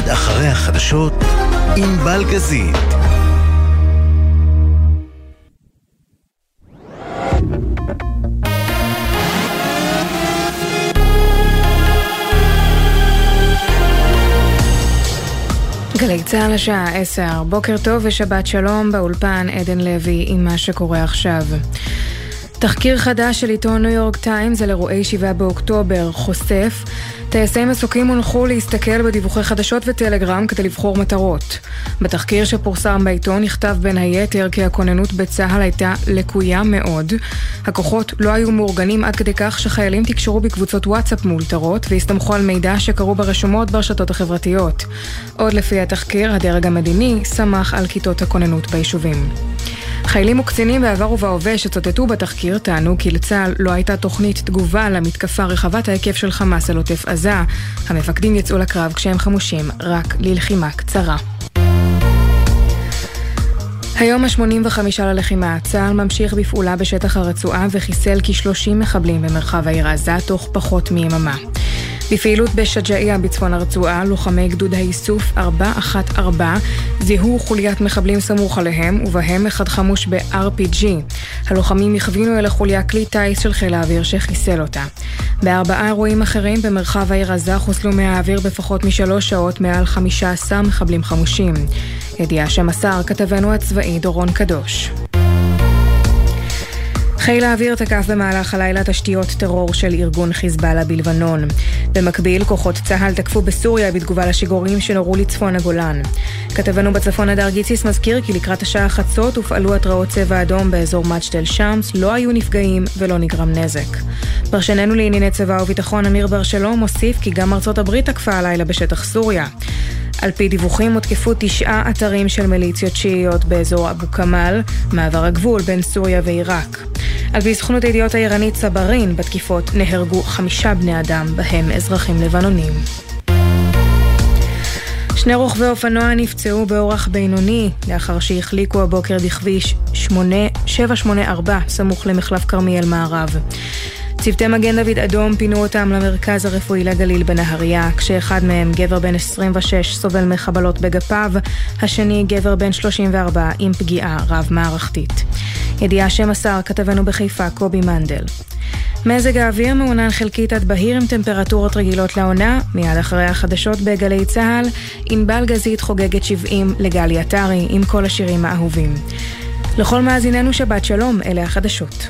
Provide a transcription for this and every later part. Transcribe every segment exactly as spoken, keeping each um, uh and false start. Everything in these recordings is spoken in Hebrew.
מיד אחרי החדשות עם בלגזית. גלי צהל השעה עשר, בוקר טוב ושבת שלום, באולפן עדן לוי עם מה שקורה עכשיו. תחקיר חדש של עיתון ניו יורק טיימס על אירועי שבעה באוקטובר חושף טייסי מסוקים הונחו להסתכל בדיווחי חדשות וטלגרם כדי לבחור מטרות. בתחקיר שפורסם בעיתון נכתב בין היתר כי הכוננות בצהל הייתה לקויה מאוד. הכוחות לא היו מאורגנים עד כדי כך שחיילים תקשרו בקבוצות וואטסאפ מאולתרות והסתמכו על מידע שקראו ברשומות ברשתות החברתיות. עוד לפי התחקיר, הדרג המדיני סמך על כיתות הכוננות ביישובים. חיילים וקצינים בעבר ובהווה שצוטטו בתחקיר טענו כי לצה"ל לא הייתה תוכנית תגובה למתקפה רחבת ההיקף של חמאס על עוטף עזה. המפקדים יצאו לקרב כשהם חמושים רק ללחימה קצרה. היום ה-שמונים וחמישה ללחימה, צה"ל ממשיך בפעולה בשטח הרצועה וחיסל כ-שלושים מחבלים במרחב העיר עזה תוך פחות מיממה. בפעילות בשג'אעיה בצפון הרצועה, לוחמי גדוד האיסוף ארבע אחת ארבע זיהו חוליית מחבלים סמוך עליהם, ובהם אחד חמוש ב-אר פי ג'י. הלוחמים הכווינו אל החוליה כלי טייס של חיל האוויר שחיסל אותה. בארבעה אירועים אחרים במרחב העיר עזה חוסלו מהאוויר בפחות משלוש שעות מעל חמישה עשר מחבלים חמושים. ידיעה שמסר כתבנו הצבאי דורון קדוש. חיל האוויר תקף במהלך הלילה תשתיות טרור של ארגון חיזבאללה בלבנון. במקביל, כוחות צה"ל תקפו בסוריה בתגובה לשיגורים שנורו לצפון הגולן. כתבנו בצפון הדר גיציס מזכיר כי לקראת השעה חצות הופעלו התראות צבע אדום באזור מג'דל שמס, לא היו נפגעים ולא נגרם נזק. פרשננו לענייני צבא וביטחון אמיר בר שלום מוסיף כי גם ארצות הברית תקפה הלילה בשטח סוריה. על פי דיווחים הותקפו תשעה אתרים של מיליציות שיעיות באזור אבו כמאל, מעבר הגבול בין סוריה ועיראק. על פי סוכנות הידיעות האיראנית סברין, בתקיפות נהרגו חמישה בני אדם, בהם אזרחים לבנונים. שני רוכבי אופנוע נפצעו באורח בינוני, לאחר שהחליקו הבוקר בכביש שבע שמונה ארבע, סמוך למחלף כרמיאל מערב. צוותי מגן דוד אדום פינו אותם למרכז הרפואי לגליל בנהריה, כשאחד מהם, גבר בן עשרים ושש, סובל מחבלות בגפיו, השני גבר בן שלושים וארבע עם פגיעה רב מערכתית. ידיעה שמסר כתבנו בחיפה קובי מנדל. מזג האוויר מעונן חלקית עד בהיר עם טמפרטורות רגילות לעונה. מיד אחרי החדשות בגלי צהל, ענבל גזית חוגגת שבעים לגלי עטרי עם כל השירים האהובים. לכל מאזיננו שבת שלום, אלה החדשות.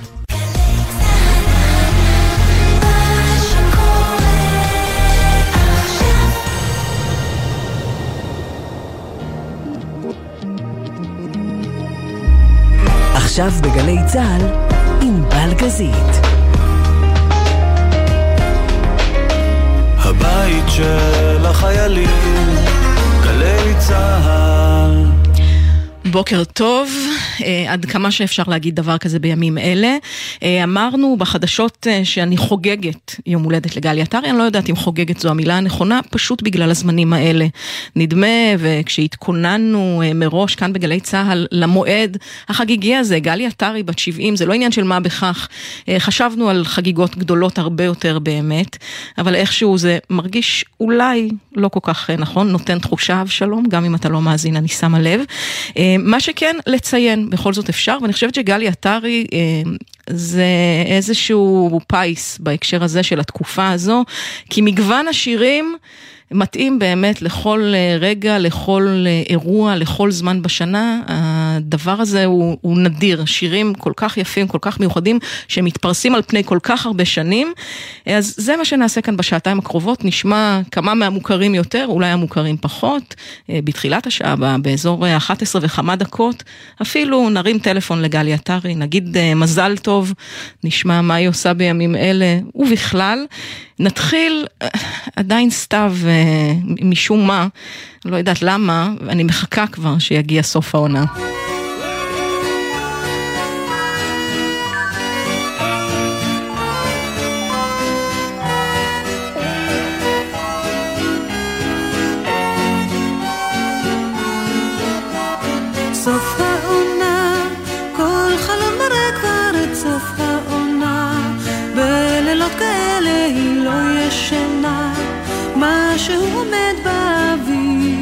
עכשיו בגלי צהל עם בלגזית. הבית של החיילים, גלי צהל. בוקר טוב, עד כמה שאפשר להגיד דבר כזה בימים אלה. אמרנו בחדשות שאני חוגגת יום הולדת לגלי עטרי, אני לא יודעת אם חוגגת זו המילה הנכונה, פשוט בגלל הזמנים האלה. נדמה, וכשהתכוננו מראש כאן בגלי צהל למועד החגיגי הזה, גלי עטרי בת שבעים, זה לא עניין של מה בכך. חשבנו על חגיגות גדולות הרבה יותר באמת, אבל איכשהו זה מרגיש אולי לא כל כך נכון, נותן תחושה אבשלום, גם אם אתה לא מאזין, אני שמה לב. מה שכן, לציין, בכל זאת אפשר, ואני חושבת שגלי עטרי זה איזשהו פייס בהקשר הזה של התקופה הזו, כי מגוון השירים מתאים באמת לכל רגע, לכל אירוע, לכל זמן בשנה. הדבר הזה הוא, הוא נדיר, שירים כל כך יפים, כל כך מיוחדים, שמתפרסים על פני כל כך הרבה שנים. אז זה מה שנעשה כאן בשעתיים הקרובות, נשמע כמה מהמוכרים יותר, אולי המוכרים פחות, בתחילת השעה, באזור אחת עשרה וכמה דקות, אפילו נרים טלפון לגלי עטרי, נגיד מזל טוב, נשמע מה היא עושה בימים אלה, ובכלל, נתחיל עדיין סתיו משום מה, לא יודעת למה, אני מחכה כבר שיגיע סוף העונה. סוף העונה, כל חלום מראה כבר את סוף העונה, בלילות כאלה היא לא ישנה, משהו עומד באוויר,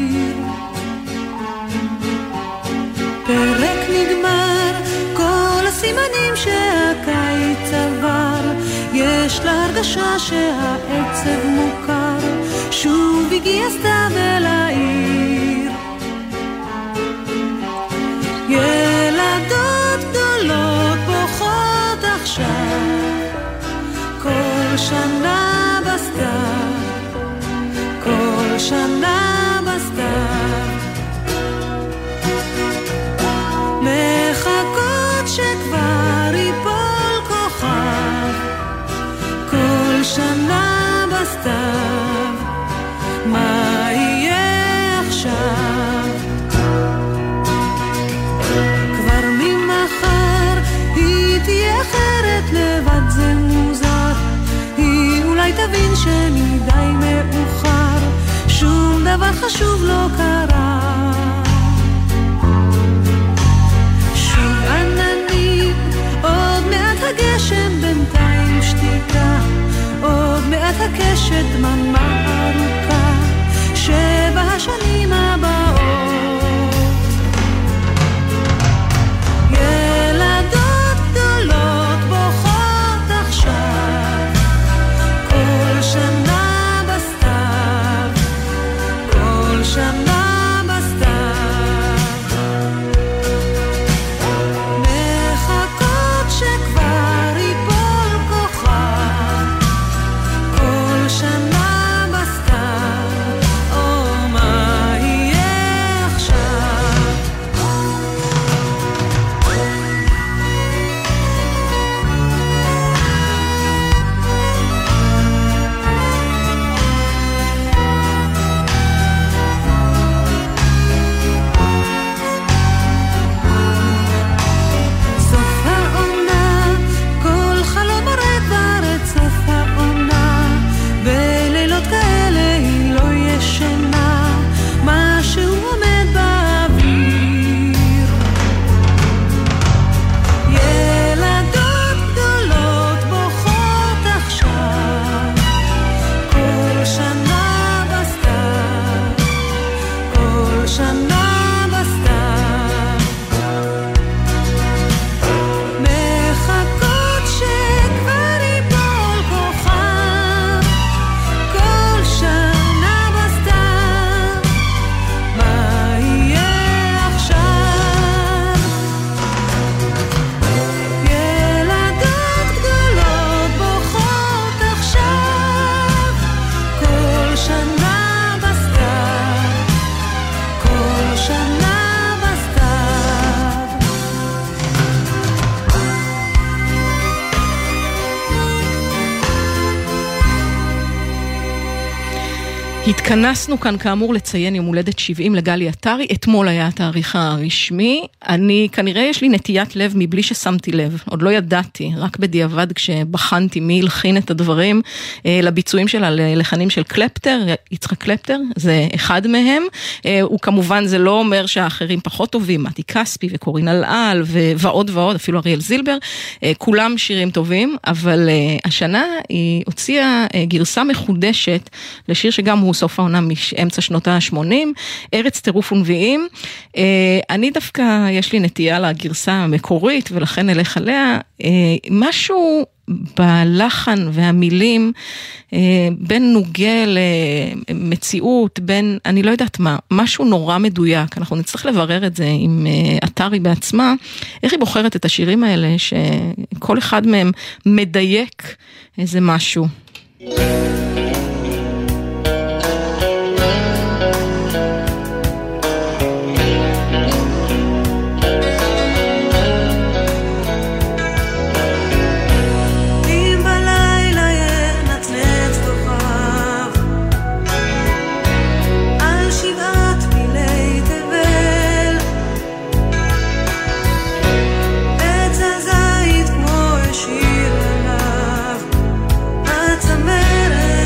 הרגשה שהעצב מוכר שוב הגיע סתיו אל העיר. ילדות גדולות בוכות עכשיו כל שנה בסתיו, כל שנה בסתיו מחכות שכבר ייפול כוכב כל שנה בסתיו. מה יהיה עכשיו? כבר ממחר היא תהיה אחרת, לבד זה מוזר, היא אולי תבין שמדי מאוחר, שום דבר חשוב לא קרה. שוב עננים, עוד מעט הגשם, בינתיים שתיקה, עוד מעט הקשת דממה ארוכה, שבע השנים הבאות. ילדות גדולות בוכות עכשיו כל שנה בסתיו, כל שנה בסתיו מחכות שכבר ייפול כוכב כל שנה בסתיו. או מה יהיה עכשיו? סוף העונה, כל חלום מראה כבר את סוף העונה, בלילות כאלה היא לא ישנה, משהו עומד באוויר. ילדות גדולות בוכות עכשיו כל שנה בסתיו, כל שנה בסתיו מחכות שכבר ייפול כוכב כל שנה בסתיו. מה יהיה עכשיו? ילדות גדולות בוכות עכשיו כל שנה בסתיו, כל שנה בסתיו. התכנסנו כאן כאמור לציין יום הולדת שבעים לגלי עטרי, אתמול היה התאריך הרשמי, אני כנראה יש לי נטיית לב מבלי ששמתי לב, עוד לא ידעתי, רק בדיעבד כשבחנתי מי הלחין את הדברים אה, לביצועים שלה, ללחנים של קלפטר, יצחק קלפטר, זה אחד מהם, אה, הוא כמובן זה לא אומר שהאחרים פחות טובים, מתי כספי וקורין אלעל ו- ועוד ועוד, אפילו אריאל זילבר, אה, כולם שירים טובים, אבל אה, השנה היא הוציאה אה, גרסה מחודשת לשיר שגם הוא סוף העונה מאמצע שנות ה-שמונים, ארץ טירוף ונביאים. אני דווקא, יש לי נטייה לגרסה המקורית, ולכן אלך עליה, משהו בלחן והמילים, בין נוגע למציאות, בין, אני לא יודעת מה, משהו נורא מדויק, אנחנו נצטרך לברר את זה עם עטרי בעצמה, איך היא בוחרת את השירים האלה, שכל אחד מהם מדייק איזה משהו. הצמרת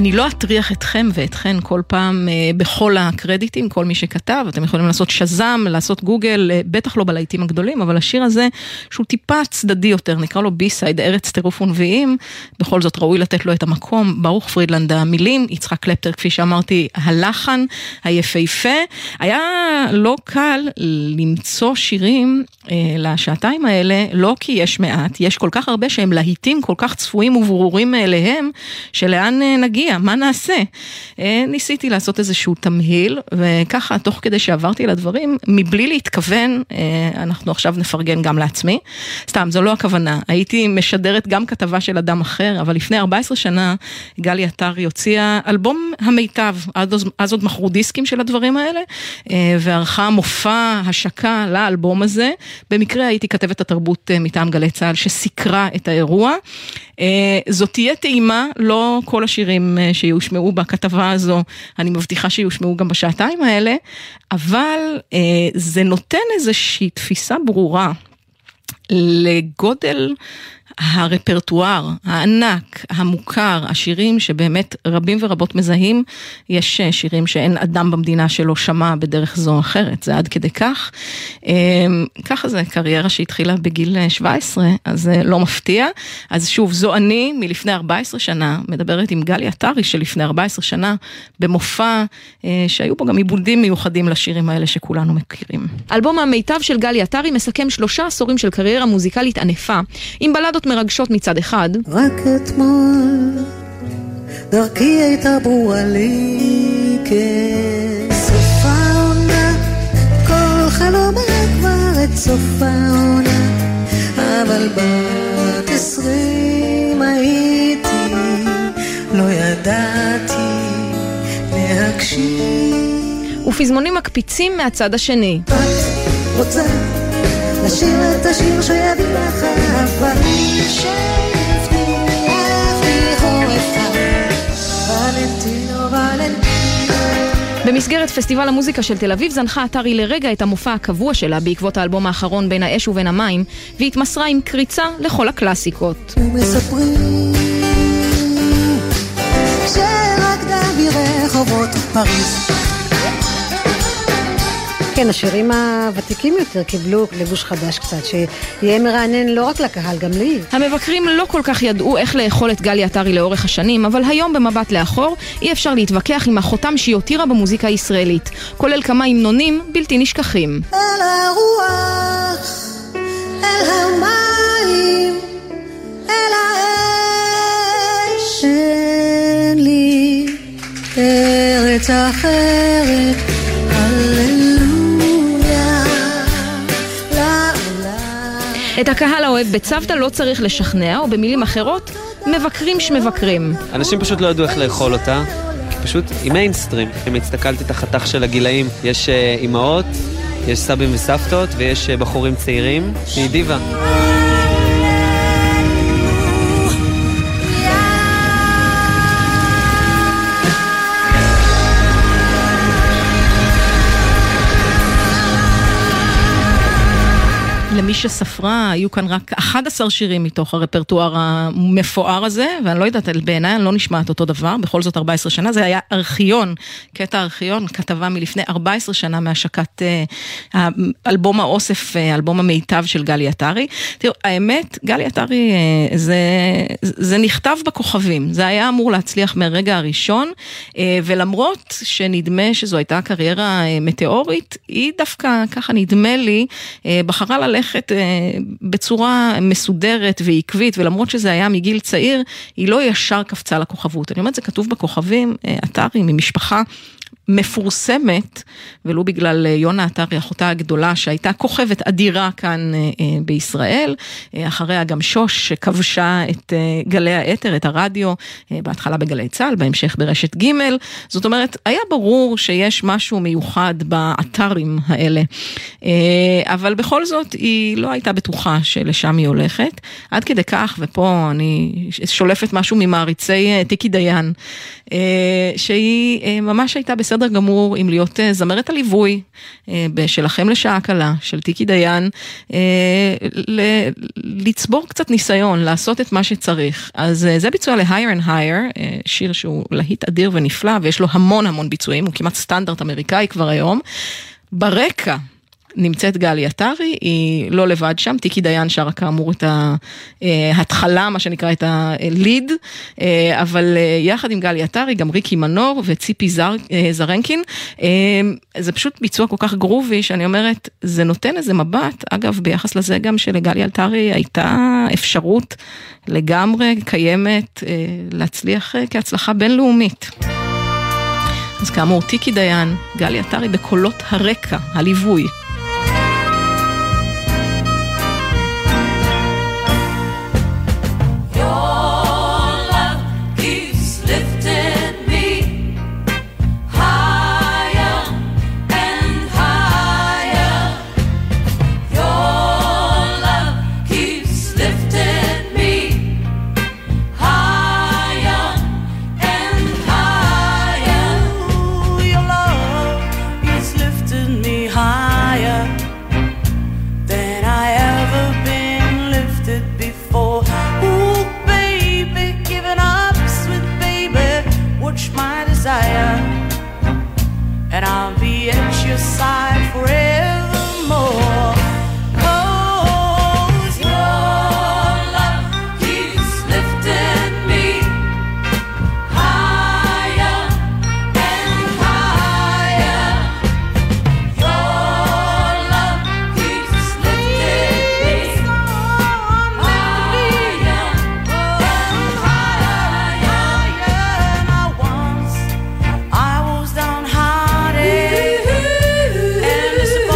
אני לא אטריח אתכם ואתכן כל פעם בכל הקרדיטים, כל מי שכתב, אתם יכולים לעשות שזם, לעשות גוגל, בטח לא בלהיטים הגדולים, אבל השיר הזה שהוא טיפה צדדי יותר, נקרא לו בי-סייד, ארץ טירוף ונביאים, בכל זאת ראוי לתת לו את המקום, ברוך פרידלנד המילים, יצחק קלפטר כפי שאמרתי, הלחן, היפהפה, היה לא קל למצוא שירים אה, לשעתיים האלה, לא כי יש מעט, יש כל כך הרבה שהם להיטים כל כך צפויים וברורים מאליהם, שלאן אה, נגיע, מה נעשה? אה, ניסיתי לעשות איזשהו תמהיל, וככה תוך כדי שעברתי לדברים, מבלי להתכוון, אה, אנחנו עכשיו נפרגן גם לעצמי, סתם, זו לא הכוונה, הייתי משדרת גם כתבה של אדם אחר, אבל לפני ארבע עשרה שנה, גלי עטרי הוציאה אלבום המיטב, אז, אז עוד מכרו דיסקים של הדברים האלה, אה, וערכה מופע השקה לאלבום הזה, במקרה הייתי כתבת התרבות מטעם גלי צהל שסיקרה את האירוע, זאת תהיה טעימה, לא כל השירים שיושמעו בכתבה הזו, אני מבטיחה שיושמעו גם בשעתיים האלה, אבל זה נותן איזושהי תפיסה ברורה לגודל הרפרטואר, הענק, המוכר, השירים שבאמת רבים ורבות מזהים, יש שירים שאין אדם במדינה שלא שמע בדרך זו או אחרת, זה עד כדי כך. ככה זה קריירה שהתחילה בגיל שבע עשרה, אז לא מפתיע. אז שוב, זו אני מלפני ארבע עשרה שנה, מדברת עם גלי עטרי שלפני ארבע עשרה שנה, במופע שהיו בו גם עיבודים מיוחדים לשירים האלה שכולנו מכירים. אלבום המיטב של גלי עטרי מסכם שלושה עשורים של קריירה מוזיקלית ענפה, עם בלדות מרגשות מצד אחד. רק אתמול דרכי הייתה ברורה לי כסוף העונה, כל חלומי כבר את סוף העונה, אבל בת עשרים הייתי, לא ידעתי להקשיב. ופזמונים מקפיצים מהצד השני. את רוצה לשיר את השיר שיביא לך אהבה שהבטיח לי חורף ולנטינו ולנטינו. במסגרת פסטיבל המוזיקה של תל אביב זנחה עטרי לרגע את המופע הקבוע שלה בעקבות האלבום האחרון בין האש ובין המים, והתמסרה עם קריצה לכל הקלאסיקות. ומספרים שרקדה ברחובות פריז. כן, השירים הוותיקים יותר קיבלו לבוש חדש קצת, שיהיה מרענן לא רק לקהל, גם לי. המבקרים לא כל כך ידעו איך לאכול את גלי עטרי לאורך השנים, אבל היום במבט לאחור אי אפשר להתווכח עם החותם שהיא הותירה במוזיקה הישראלית, כולל כמה המנונים בלתי נשכחים. אל הרוח, אל המים, אל האש, אין לי ארץ אחרת, הללויה. את הקהל האוהב בצוותא לא צריך לשכנע, או במילים אחרות, מבקרים שמבקרים. אנשים פשוט לא ידעו איך לאכול אותה, כי פשוט היא מיינסטרים. אם הסתכלתי את החתך של הגילאים, יש אימהות, יש סבים וסבתות, ויש בחורים צעירים. היא דיבה. למי שספרה, היו כאן רק אחד עשר שירים מתוך הרפרטואר המפואר הזה, ואני לא יודעת, בעיניי אני לא נשמעת אותו דבר, בכל זאת ארבע עשרה שנה, זה היה ארכיון, קטע ארכיון, כתבה מלפני ארבע עשרה שנה מהשקת אה, אלבום האוסף, אלבום המיטב של גלי עטרי. תראו, האמת, גלי עטרי, אה, זה, זה נכתב בכוכבים, זה היה אמור להצליח מהרגע הראשון, אה, ולמרות שנדמה שזו הייתה קריירה אה, מטאורית, היא דווקא, ככה נדמה לי, אה, בחרה ללכת בצורה מסודרת ועקבית, ולמרות שזה היה מגיל צעיר, היא לא ישר קפצה לכוכבות. אני אומרת, זה כתוב בכוכבים, עטרי ממשפחה מפורסמת, ולא בגלל יונה עטרי, אחותה הגדולה, שהייתה כוכבת אדירה כאן בישראל, אחריה גם שוש, שכבשה את גלי האתר, את הרדיו, בהתחלה בגלי צהל, בהמשך ברשת ג'. זאת אומרת, היה ברור שיש משהו מיוחד בעטרים האלה, אבל בכל זאת, היא לא הייתה בטוחה שלשם היא הולכת, עד כדי כך, ופה אני שולפת משהו ממעריצי טיקי דיין, שהיא ממש הייתה בסדר גמור עם להיות זמרת הליווי שלכם לשעה קלה, של טיקי דיין, לצבור קצת ניסיון, לעשות את מה שצריך. אז זה ביצוע ל-Higher and Higher, שיר שהוא להיט אדיר ונפלא, ויש לו המון המון ביצועים, הוא כמעט סטנדרט אמריקאי כבר היום. ברקע נמצאת גלי עטרי, היא לא לבד שם, טיקי דיין שרה כאמור את ההתחלה, מה שנקרא את הליד, אבל יחד עם גלי עטרי, גם ריקי מנור וציפי זר, זרנקין, זה פשוט ביצוע כל כך גרובי, שאני אומרת, זה נותן איזה מבט, אגב, ביחס לזה גם שלגלי עטרי הייתה אפשרות לגמרי קיימת, להצליח כהצלחה בינלאומית. אז כאמור, טיקי דיין, גלי עטרי בקולות הרקע, הליווי. And I'll be at your side forevermore. Cause your love keeps lifting me higher and higher. Your love keeps lifting me higher and higher. Now once I was down high, and it's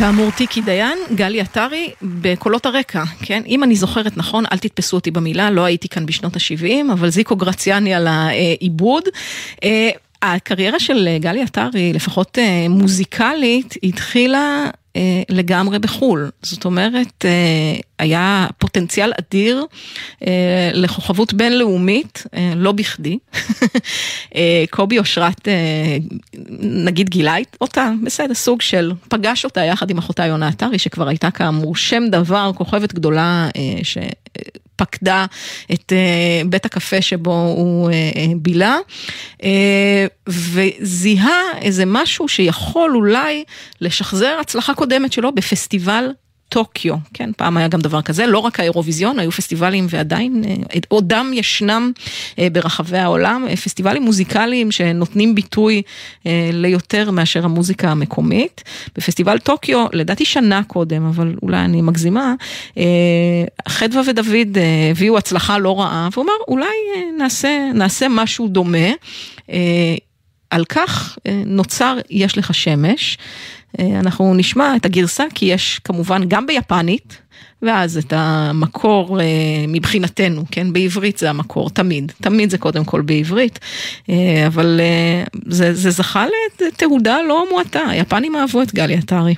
כאמור טיקי דיין, גלי עטרי בקולות הרקע, כן? אם אני זוכרת נכון, אל תתפסו אותי במילה, לא הייתי כאן בשנות ה-שבעים, אבל זיקו גרציאני על העיבוד. הקריירה של גלי עטרי, לפחות מוזיקלית, התחילה לגמרי בחול. זאת אומרת, היה פוטנציאל אדיר לכוכבות בינלאומית, לא בכדי. קובי אושרת, נגיד גילה אותה, בסדר, סוג של, פגש אותה יחד עם אחותה יונה עטרי, שכבר הייתה כאמור שם דבר, כוכבת גדולה ש... פקדה את בית הקפה שבו הוא בילה, וזיהה איזה משהו שיכול אולי לשחזר הצלחה קודמת שלו בפסטיבל טוקיו, כן, פעם היה גם דבר כזה, לא רק האירוויזיון, היו פסטיבלים ועדיין, עודם ישנם ברחבי העולם, פסטיבלים מוזיקליים שנותנים ביטוי ליותר מאשר המוזיקה המקומית. בפסטיבל טוקיו, לדעתי שנה קודם, אבל אולי אני מגזימה, חדווה ודוד הביאו הצלחה לא רעה, ואומר, אולי נעשה, נעשה משהו דומה, על כך נוצר יש לך שמש, אנחנו נשמע את הגרסה, כי יש כמובן גם ביפנית, ואז את המקור מבחינתנו, כן, בעברית זה המקור, תמיד, תמיד זה קודם כל בעברית, אבל זה, זה זכה לתהודה לא מועטה, היפנים אהבו את גלי עטרי.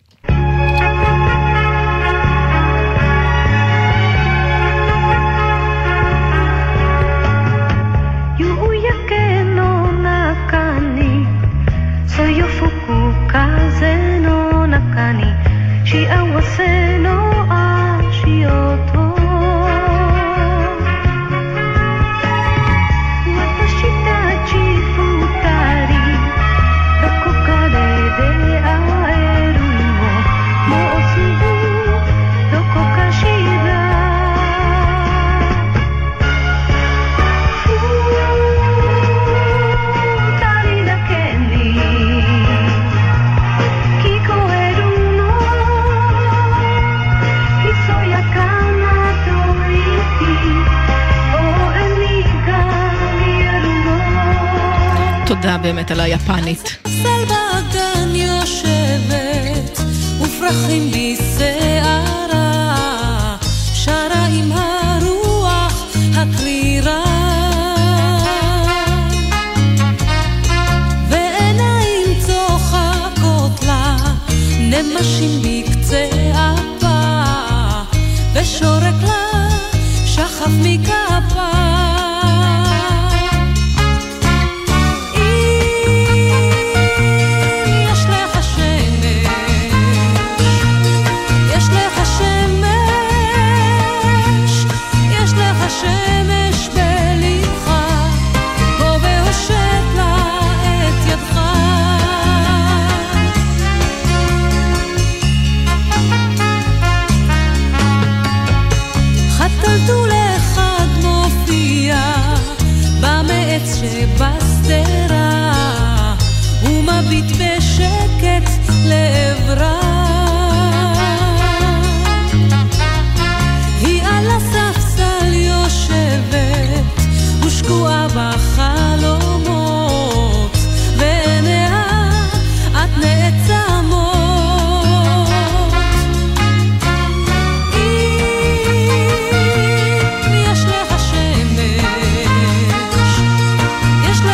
תודה באמת על היפנית. סל בגן יושבת ופרחים בשערה, שרה עם הרוח הקרירה, ועיניים צוחקות לה, נמשים בקצה אפה, ושורק לה שחף מכפה. שבסתרה ומביט בשקט לעברה, היא על הספסל יושבת ושקועה בחלומות, ועיניה את נעצמות.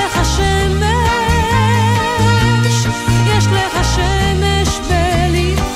שמש, יש לך שמש בלבך,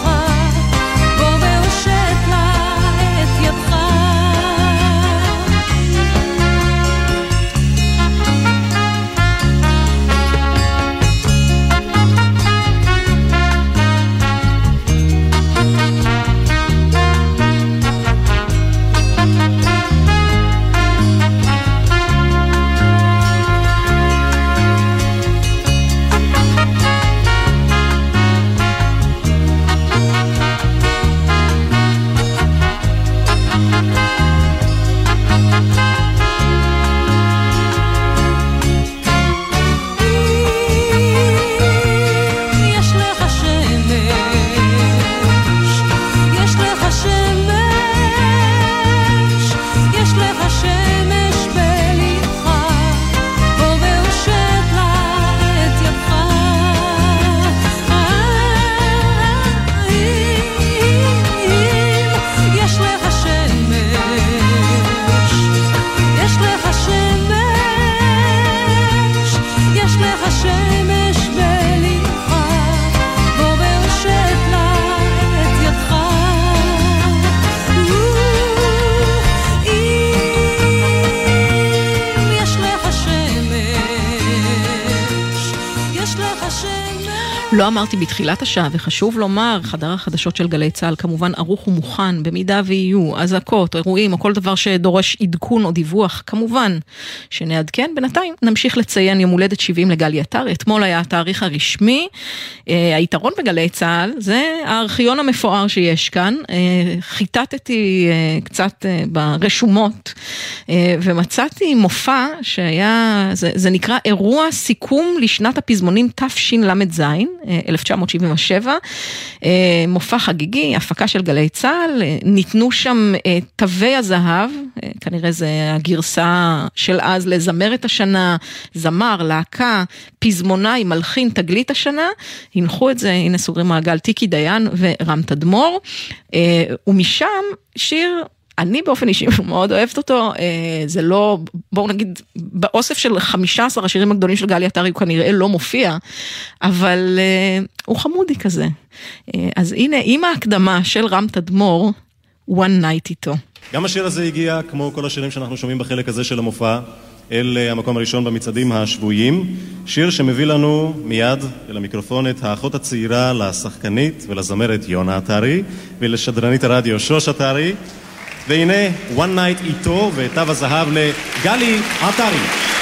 לא אמרתי בתחילת השעה, וחשוב לומר, חדר החדשות של גלי צהל כמובן ערוך ומוכן, במידה ויהיו אזעקות, אירועים או כל דבר שדורש עדכון או דיווח, כמובן שנעדכן. בינתיים נמשיך לציין יום הולדת שבעים לגלי עטרי. אתמול היה התאריך הרשמי. אה, היתרון בגלי צהל זה הארכיון המפואר שיש כאן. אה, חיטטתי אה, קצת אה, ברשומות אה, ומצאתי מופע שהיה, זה, זה נקרא אירוע סיכום לשנת הפזמונים תשל"ז, אלף תשע מאות שבעים ושבע, מופע חגיגי, הפקה של גלי צהל, ניתנו שם תווי הזהב, כנראה זה הגרסה של אז לזמרת השנה, זמר, להקה, פזמונאי, מלחין, תגלית השנה, הנחו את זה, הנה סוגרים מעגל, טיקי דיין ורם תדמור, ומשם שיר, אני באופן אישי מאוד אוהבת אותו, זה לא, בואו נגיד, באוסף של חמישה עשר השירים הגדולים של גלי עטרי הוא כנראה לא מופיע, אבל הוא חמודי כזה. אז הנה, עם ההקדמה של רם תדמור, One Night איתו. גם השיר הזה הגיע, כמו כל השירים שאנחנו שומעים בחלק הזה של המופע, אל המקום הראשון במצעדים השבועיים, שיר שמביא לנו מיד אל המיקרופון את האחות הצעירה לשחקנית ולזמרת יונה עטרי, ולשדרנית הרדיו שוש עטרי, והנה, One Night איתו ותו הזהב לגלי עטרי.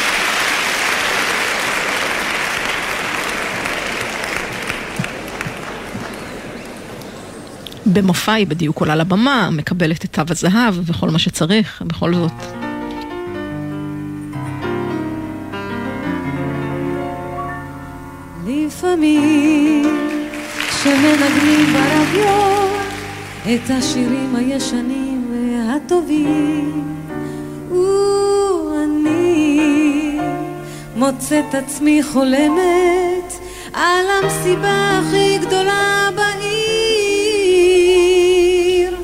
במופע היא בדיוק עולה לבמה, מקבלת את תו הזהב וכל מה שצריך, בכל זאת. לפעמים שמנגנים ברדיו את השירים הישנים והטובים, ואני מוצאת עצמי חולמת על המסיבה הכי גדולה בעיר.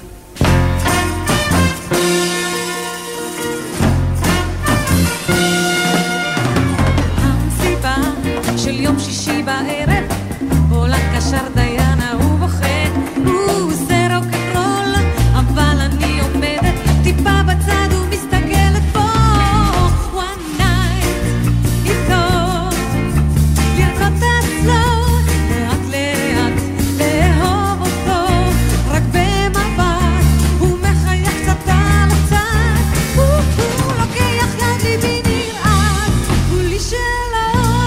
המסיבה של יום שישי בערב, עולה קשר דיינה ובוכה, הוא עושה רוק'נ'רול, אבל אני עומדת טיפה בצד ומסתכלת פה. One night איתו, לרקוד אצלו, לאט לאט לאהוב אותו, רק במבט הוא מחייך קצת על הצד, הוא לוקח יד ליבי נרעד, הוא לי שלו.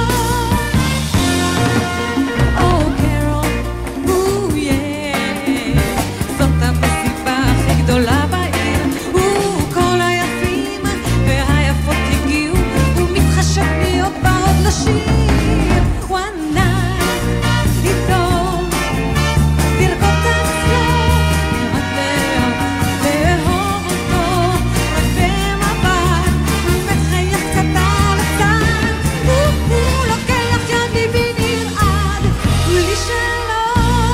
Oh Carol, oh yeah, זאת המסיבה הכי גדולה בעיר, וכל היפים והיפות הגיעו, ומתחשב להיות בעוד לשיר. One night איתו, לרקוד אצלו, לאט לאט לאהוב אותו, רק במבט הוא מחייך קצת על הצד, הוא לוקח יד ליבי נרעד, הוא לי שלו.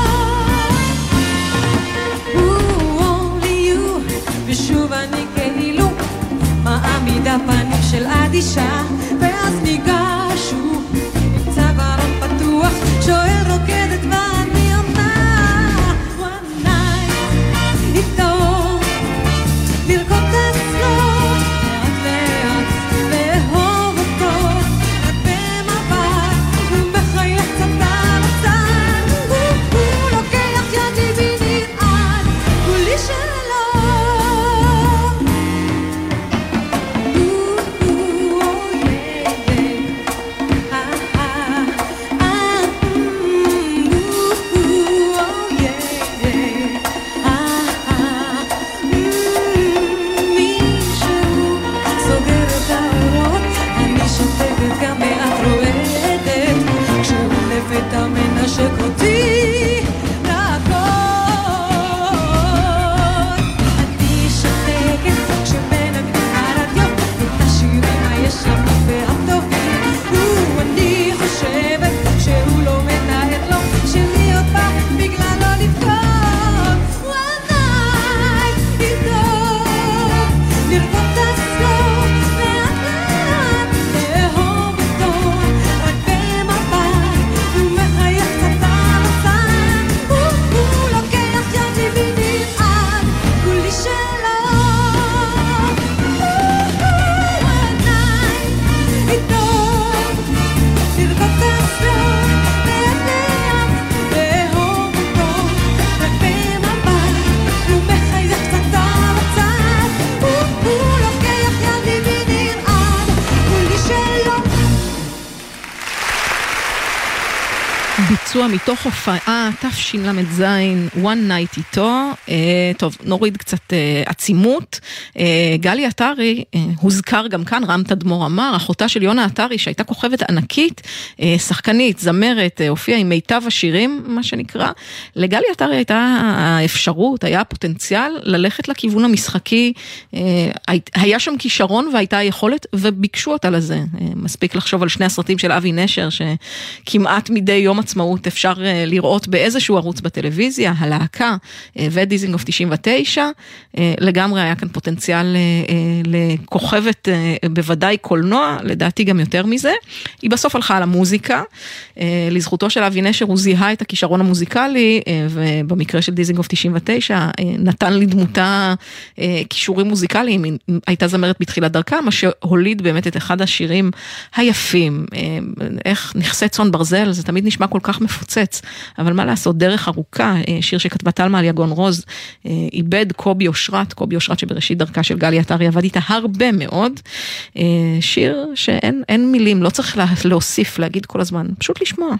Only you, ושוב אני כאילו מעמידה פנים של אדישה, ואז ניגש הוא עם צווארון פתוח, שואל רוקדת ואני עונה. One night איתו, לרקוד אצלו, לאט לאט לאהוב אותו, רק במבט הוא מחייך קצת על הצד, הוא לוקח יד ליבי נרעד, הוא לי שלו. נשק אותי לכל, אני שתקת כשמנגנים הרדיו את השירים הישנים והטובים, ואני חושבת שהוא לא מתאר לו שלהיות בה בגלל לא לבכות. One night איתו, לרקוד אצלו, לאט לאט לאהוב אותו, רק במבט הוא מחייך קצת על ביצוע מתוך הופעה תשל"ז One Night איתו. אה, טוב, נוריד קצת אה, עצימות. אה, גלי עטרי אה, הוזכר גם כאן, רם תדמור אמר, אחותה של יונה עטרי שהייתה כוכבת ענקית, אה, שחקנית, זמרת, אה, הופיעה עם מיטב השירים, מה שנקרא. לגלי עטרי הייתה האפשרות, היה הפוטנציאל ללכת לכיוון המשחקי, אה, היה שם כישרון והייתה היכולת וביקשו אותה לזה. אה, מספיק לחשוב על שני הסרטים של אבי נשר שכמעט מדי יום עצמאות אפשר לראות באיזשהו ערוץ בטלוויזיה, הלהקה ודיזינגוף תשעים ותשע, לגמרי היה כאן פוטנציאל לכוכבת בוודאי קולנוע, לדעתי גם יותר מזה. היא בסוף הלכה על המוזיקה, לזכותו של אבי נשר הוא זיהה את הכישרון המוזיקלי, ובמקרה של דיזינגוף תשעים ותשע נתן לדמותה כישורים מוזיקליים, הייתה זמרת בתחילת דרכה, מה שהוליד באמת את אחד השירים היפים, איך נכסה צאן ברזל, זה תמיד נשמע כל כך מפוצץ, אבל מה לעשות, דרך ארוכה, שיר שכתבה תלמה על יגון רוז, איבד קובי אושרת, קובי אושרת שבראשית דרכה של גלי עטרי עבד איתה הרבה מאוד, שיר שאין אין מילים, לא צריך להוסיף, להגיד כל הזמן, פשוט לשמוע.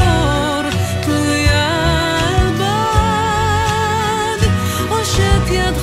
יד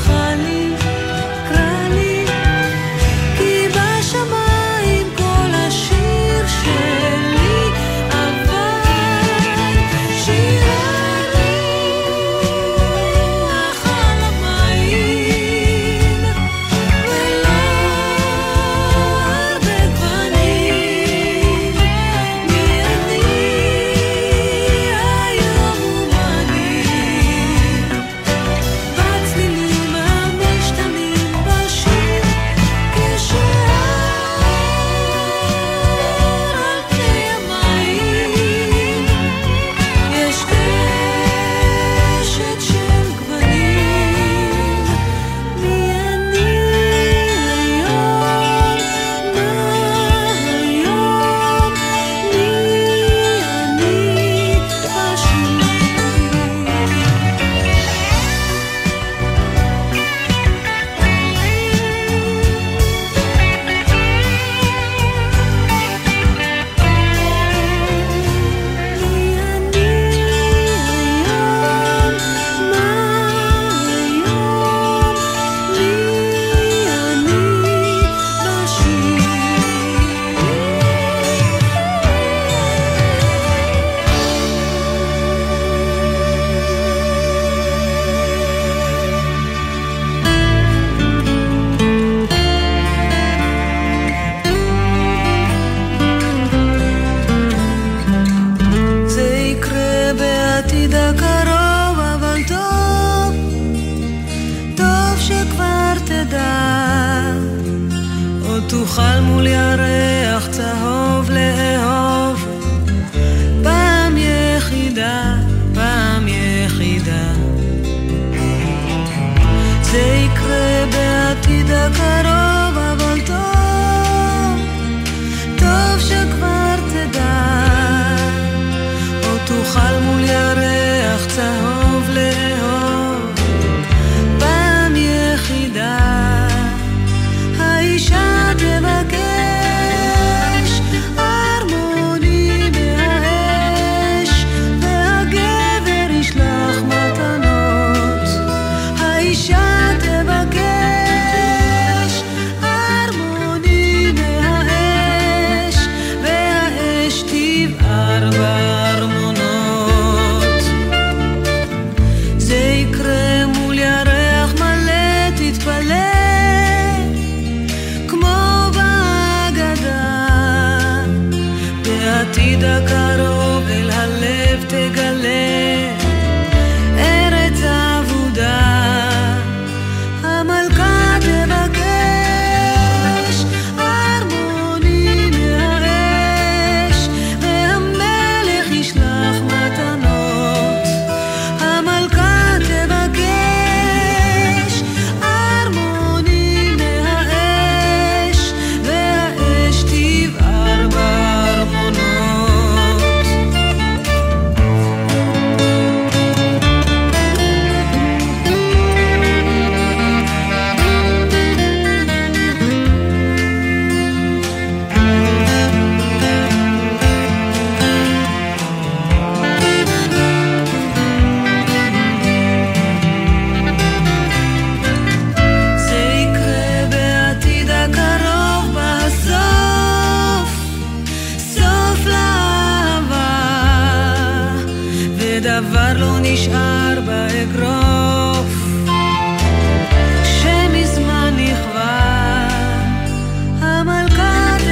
תוכל מול ירח צהוב לאהוב פעם יחידה, פעם יחידה. זה יקרה בעתיד הקרוב, אבל טוב, טוב שכבר תדע. או תוכל מול ירח צהוב לאהוב פעם יחידה. האישה תבקש הרמוני מהאש, והגבר ישלח מתנות. האישה תבקש הרמוני מהאש, והאש תבער בארמונות. זה יקרה מול ירח מלא, תתפלל בעתיד הקרוב אל הלב תגלה ארץ עבודה. המלכה תבקש הרמוני מהאש, והמלך ישלח מתנות. המלכה תבקש הרמוני מהאש, והאש תבער בארמונות. זה יקרה בעתיד הקרוב, בסוף, סוף לאהבה, ודבר לא נשאר באגרוף שמזמן נכווה. המלכה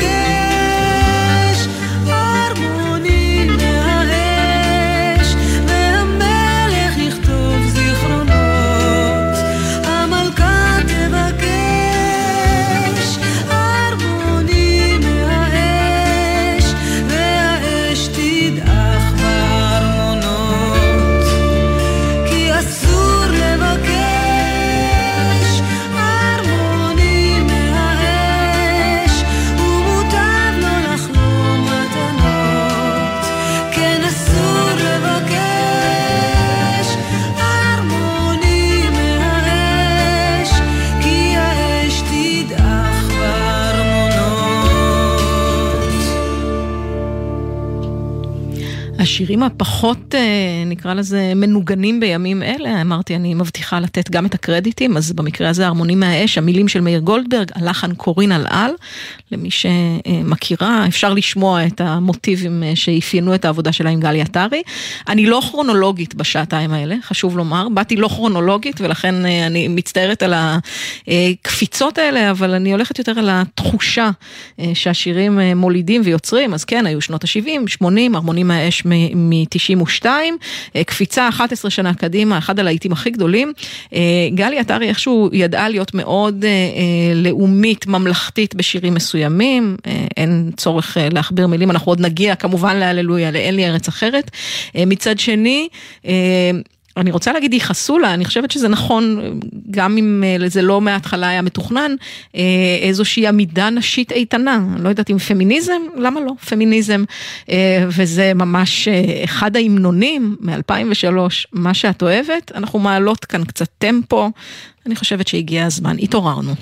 תבקש הרמוני מהאש, והמלך יכתוב זיכרונות. המלכה תבקש הרמוני מהאש, והאש תדעך בארמונות. כי אסור לבקש הרמוני מהאש, ומוטב לא לחלום מתנות. כן, אסור לבקש הרמוני מהאש, כי האש תדעך בארמונות. השירים הפחות, נקרא לזה, מנוגנים בימים אלה, אמרתי, אני מבטיחה לתת גם את הקרדיטים, אז במקרה הזה הרמוני מהאש, המילים של מאיר גולדברג, הלחן קורין על-על, למי שמכירה, אפשר לשמוע את המוטיבים שאפיינו את העבודה שלה עם גלי עטרי. אני לא כרונולוגית בשעתיים האלה, חשוב לומר, באתי לא כרונולוגית, ולכן אני מצטערת על הקפיצות האלה, אבל אני הולכת יותר על התחושה שהשירים מולידים ויוצרים. אז כן, היו שנות ה-שבעים, שמונים, הרמוני מהאש מ-תשעים ושתיים, קפיצה אחת עשרה שנה קדימה, אחד הלהיטים הכי גדולים. גלי עטרי איכשהו ידעה להיות מאוד לאומית, ממלכתית בשירים מסוימים, אין צורך להכביר מילים, אנחנו עוד נגיע כמובן להללויה, לאין לי ארץ אחרת. מצד שני, אני רוצה להגיד, ייחסו לה, אני חושבת שזה נכון, גם אם זה לא מההתחלה היה מתוכנן, איזושהי עמידה נשית איתנה, אני לא יודעת אם פמיניזם, למה לא? פמיניזם, וזה ממש אחד ההמנונים מ-אלפיים ושלוש, מה שאת אוהבת, אנחנו מעלות כאן קצת טמפו, אני חושבת שהגיע הזמן, התעוררנו.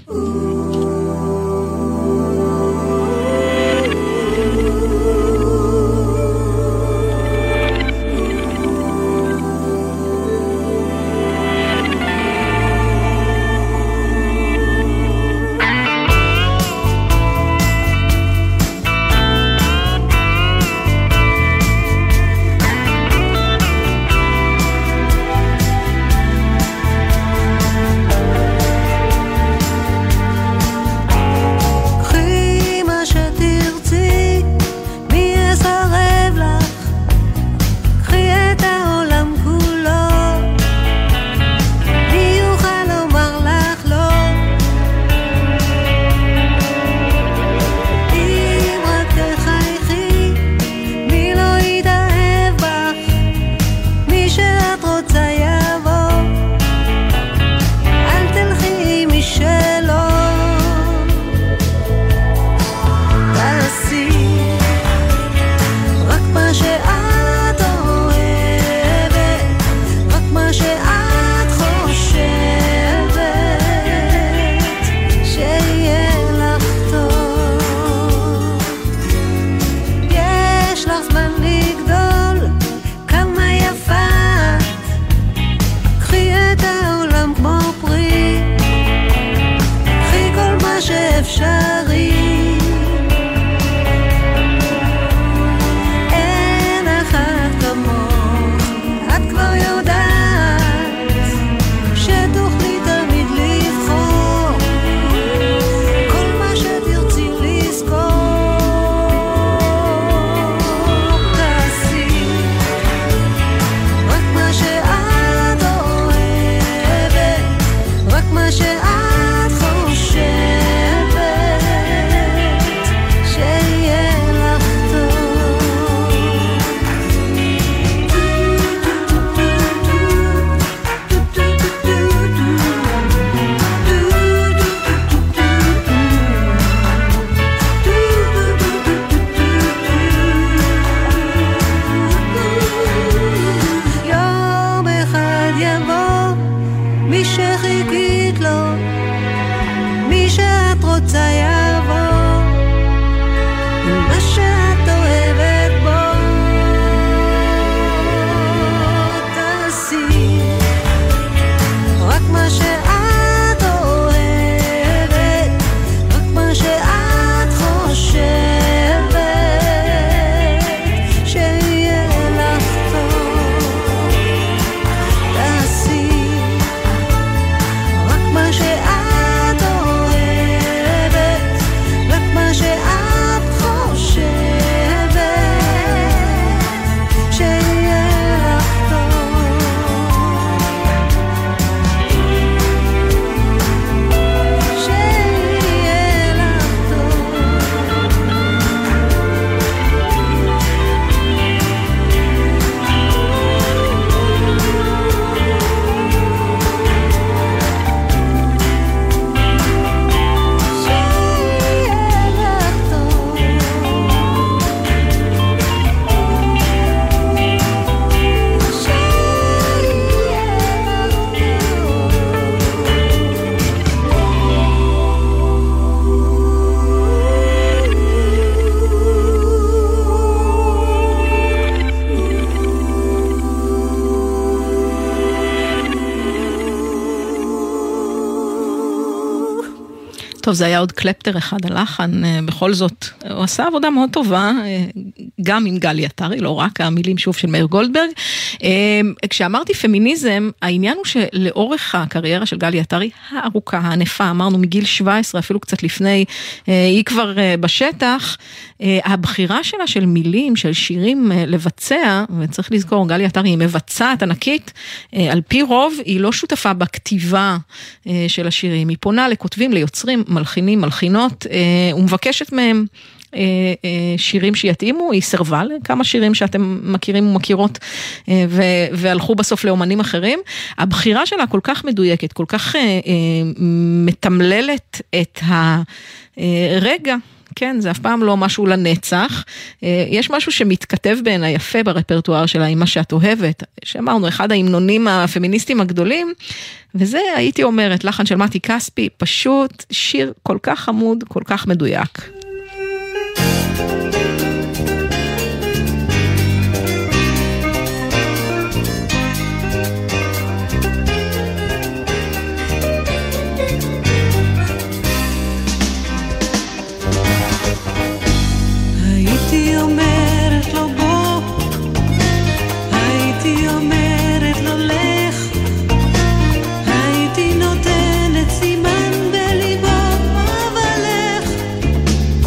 טוב, זה היה עוד קלפטר אחד הלחן, בכל זאת, הוא עשה עבודה מאוד טובה, גם עם גלי עטרי, לא רק המילים שוב של מאיר גולדברג. כשאמרתי פמיניזם, העניין הוא שלאורך הקריירה של גלי עטרי, הארוכה, הענפה, אמרנו מגיל שבע עשרה, אפילו קצת לפני, היא כבר בשטח, הבחירה שלה של מילים, של שירים לבצע, וצריך לזכור, גלי עטרי היא מבצעת ענקית, על פי רוב היא לא שותפה בכתיבה של השירים, היא פונה לכותבים, ליוצרים, מלחינים, מלחינות, ומבקשת מהם שירים שיתאימו, היא סרבה לכמה שירים שאתם מכירים ומכירות, והלכו בסוף לאומנים אחרים. הבחירה שלה כל כך מדויקת, כל כך מתמללת את הרגע, כן, זה אף פעם לא משהו לנצח. יש משהו שמתכתב בין היפה ברפרטואר שלה עם מה שאת אוהבת, שאמרנו, אחד ההמנונים הפמיניסטיים הגדולים, וזה הייתי אומרת, לחן של מתי כספי, פשוט שיר כל כך חמוד, כל כך מדויק. הייתי נותנת סימן בליבו, אבל איך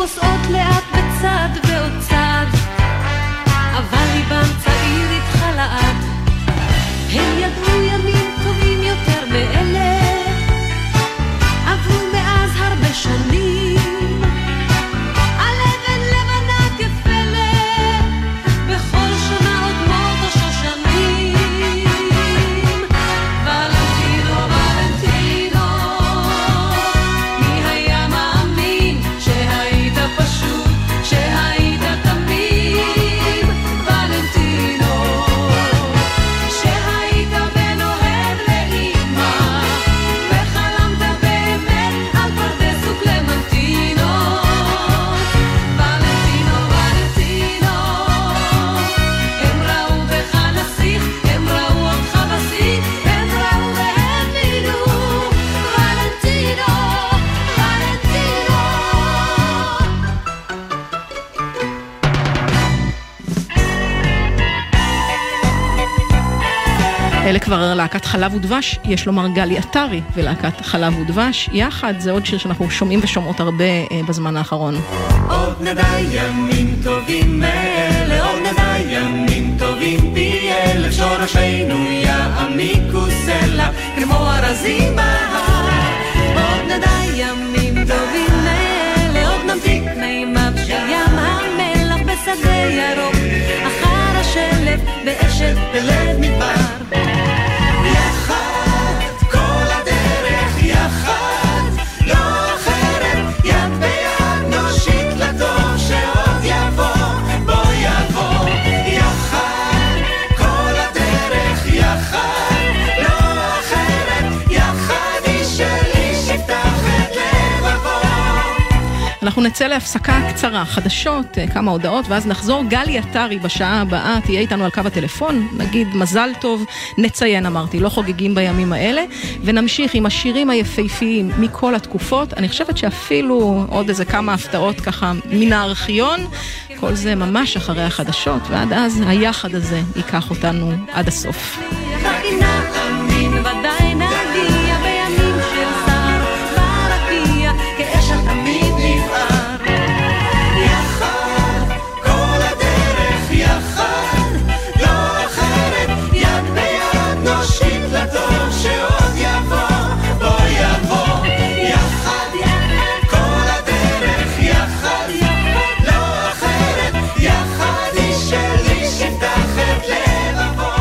פוסעות לאט בצד ועוד צד, אבל ליבם צעיר איתך לעד. הם ידעו ימים טובים יותר מאלה, עברו מאז הרבה שנים, על אבן לבנה כפלא, בכל שנה עוד מות השושנים. ולנטינו, ולנטינו, מי היה מאמין שהיית פשוט, שהיית תמים. ולנטינו, שהיית בן אוהב לאמא, וחלמת באמת על פרדס וקלמנטינו. ולנטינו, ולנטינו, הם ראו בך נסיך, הם ראו אותך בסיך, הם ראו והאמינו. ולנטינו, ולנטינו. אלה כבר להקת חלב ודבש, יש לומר גלי עטרי ולהקת חלב ודבש יחד, זה עוד שיר שאנחנו שומעים ושומעות הרבה אה, בזמן האחרון. עוד נדע ימים טובים מאלה, עוד נדע ימים טובים פי אלף, שורשינו יעמיקו סלע כמו ארזים בהר. עוד נדע ימים טובים מאלה, עוד נמתיק מימיו של ים המלח בשדה ירוק, אחר השלב באשת בלב מדבר. יחד כל הדרך יחד, לא אחרת, יד ביד נושיט לטוב שעוד יבוא, בוא יבוא. יחד כל הדרך יחד, לא אחרת, יחד איש אל איש יפתח את לבבו. אנחנו נצא להפסקה קצרה, חדשות, כמה הודעות, ואז נחזור. גלי עטרי בשעה הבאה תהיה איתנו על קו הטלפון, נגיד מזל טוב, נציין, אמרתי, לא חוגגים בימים האלה, ונמשיך עם השירים היפהפיים מכל התקופות. אני חושבת שאפילו עוד איזה כמה הפתעות ככה מן הארכיון, כל זה ממש אחרי החדשות, ועד אז היחד הזה ייקח אותנו עד הסוף. ודאי נגיע בימים של שר ורקיע, כאש תמיד נבער. יחד כל הדרך יחד, לא אחרת, יד ביד נושיט לטוב שעוד יבוא, בוא יבוא. יחד כל הדרך יחד, לא אחרת, יחד איש אל איש יפתח את לבבו.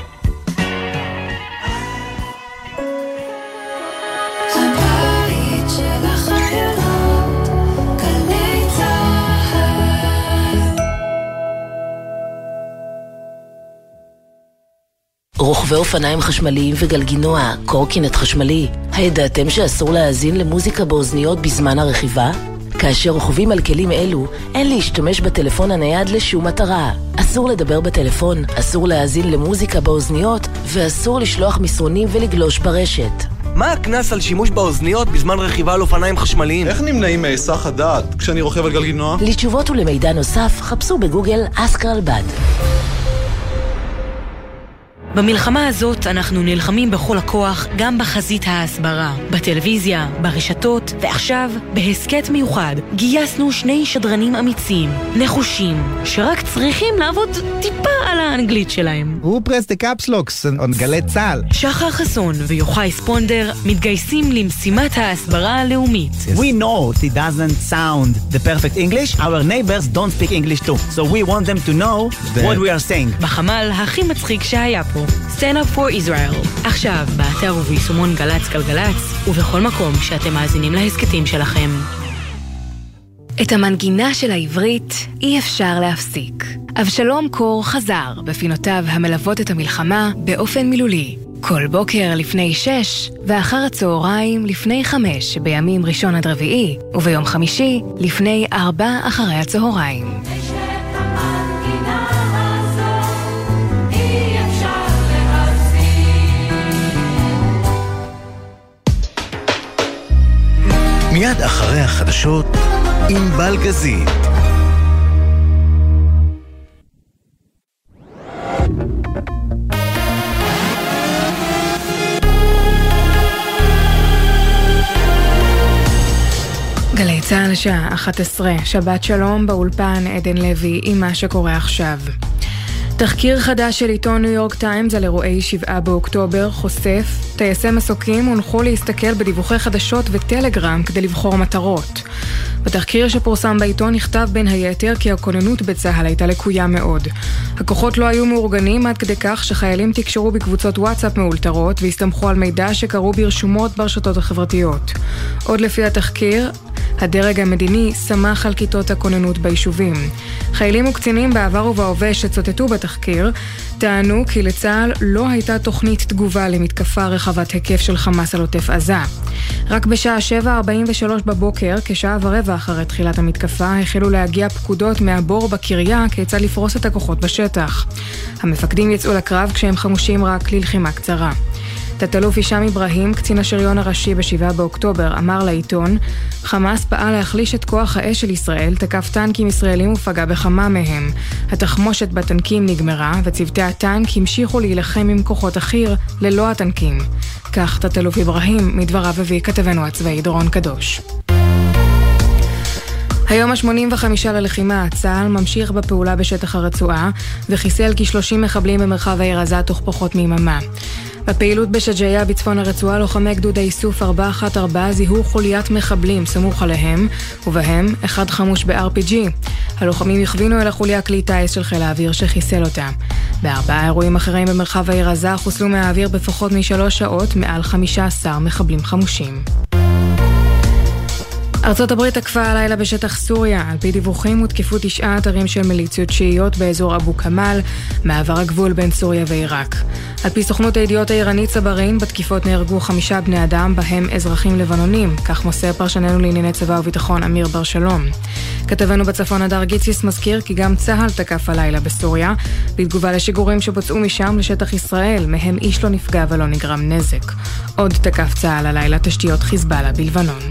הבית של החיילות, גלי צהל. רוכבי אופניים חשמליים וגלגינוע, קורקינט חשמלי, הידעתם שאסור להאזין למוזיקה באוזניות בזמן הרכיבה? כאשר רוכבים על כלים אלו, אין להשתמש בטלפון הנייד לשום מטרה. אסור לדבר בטלפון, אסור להאזין למוזיקה באוזניות, ואסור לשלוח מסרונים ולגלוש ברשת. מה הכנס על שימוש באוזניות בזמן רכיבה על אופניים חשמליים? איך נמנעים מהיסח הדעת כשאני רוכב על גלגינוע? לתשובות ולמידע נוסף, חפשו בגוגל אסק רלב"ד. במלחמה הזאת אנחנו נלחמים בכל הכוח, גם בחזית ההסברה, בטלוויזיה, ברשתות, ועכשיו, בהסקט מיוחד, גייסנו שני שדרנים אמיצים, נחושים, שרק צריכים לעבוד טיפה על האנגלית שלהם. Who pressed the caps locks on גלי צהל? שחר חסון ויוחאי ספונדר מתגייסים למשימת ההסברה הלאומית. We know it doesn't sound the perfect English. Our neighbors don't speak English too. So we want them to know what we are saying. בחמ"ל הכי מצחיק שהיה פה. Stand up for Israel. עכשיו, באתר וביישומון גלץ גלגלץ, ובכל מקום שאתם מאזינים להסקטים שלכם. את המנגינה של העברית אי אפשר להפסיק. אבשלום קור חזר בפינותיו המלוות את המלחמה באופן מילולי. כל בוקר לפני שש, ואחר הצהריים לפני חמש בימים ראשון עד רביעי, וביום חמישי לפני ארבע אחרי הצהריים. מיד אחרי החדשות עם בלגזית. גלי צהל השעה אחת עשרה, שבת שלום באולפן עדן לוי עם מה שקורה עכשיו. תחקיר חדש של עיתון ניו יורק טיימס על אירועי שבעה באוקטובר חושף, טייסי מסוקים הונחו להסתכל בדיווחי חדשות וטלגרם כדי לבחור מטרות. בתחקיר שפורסם בעיתון נכתב בין היתר כי הכוננות בצהל הייתה לקויה מאוד. הכוחות לא היו מאורגנים עד כדי כך שחיילים תקשרו בקבוצות וואטסאפ מאולתרות והסתמכו על מידע שקראו ברשומות ברשתות החברתיות. עוד לפי התחקיר, הדרג המדיני סמך על כיתות הכוננות ביישובים. חיילים וקצינים בעבר ובהווה שצוטטו בתחקיר טענו כי לצה"ל לא הייתה תוכנית תגובה למתקפה רחבת היקף של חמאס על עוטף עזה. רק בשעה שבע ארבעים ושלוש בבוקר, כשעה ורבע אחרי תחילת המתקפה, החלו להגיע פקודות מהבור בקריה כיצד לפרוס את הכוחות בשטח. המפקדים יצאו לקרב כשהם חמושים רק ללחימה קצרה. תת-אלוף הישאם איברהים, קצין השריון הראשי בשבעה באוקטובר, אמר לעיתון, חמאס פעל להחליש את כוח האש של ישראל, תקף טנקים ישראלים ופגע בכמה מהם. התחמושת בטנקים נגמרה, וצוותי הטנק המשיכו להילחם עם כוחות אחיר ללא הטנקים. כך תת-אלוף איברהים, מדבריו הביא כתבנו הצבאי דורון קדוש. היום ה-שמונים וחמישה ללחימה, צה"ל ממשיך בפעולה בשטח הרצועה, וחיסל כ-שלושים מחבלים במרחב העיר עזה תוך פחות מיממה. בפעילות בשג'איה בצפון הרצועה, לוחמי גדוד האיסוף ארבע אחת ארבע זיהו חוליית מחבלים סמוך עליהם, ובהם אחד חמוש ב-אר פי ג'י. הלוחמים הכווינו אל החוליה כלי טייס של חיל האוויר שחיסל אותה. בארבעה אירועים אחרים במרחב העיר עזה חוסלו מהאוויר בפחות משלוש שעות מעל חמישה עשר מחבלים חמושים. ארצות הברית תקפה הלילה בשטח סוריה. על פי דיווחים הותקפו תשעה אתרים של מיליציות שיעיות באזור אבו כמאל, מעבר הגבול בין סוריה ועיראק. על פי סוכנות הידיעות האיראנית סברין, בתקיפות נהרגו חמישה בני אדם, בהם אזרחים לבנונים, כך מוסר פרשננו לענייני צבא וביטחון אמיר בר שלום. כתבנו בצפון הדר גיציס מזכיר כי גם צה"ל תקף הלילה בסוריה, בתגובה לשיגורים שבוצעו משם לשטח ישראל, מהם איש לא נפגע ולא נגרם נזק. עוד תקף צה"ל הלילה תשתיות חיזבאללה בלבנון.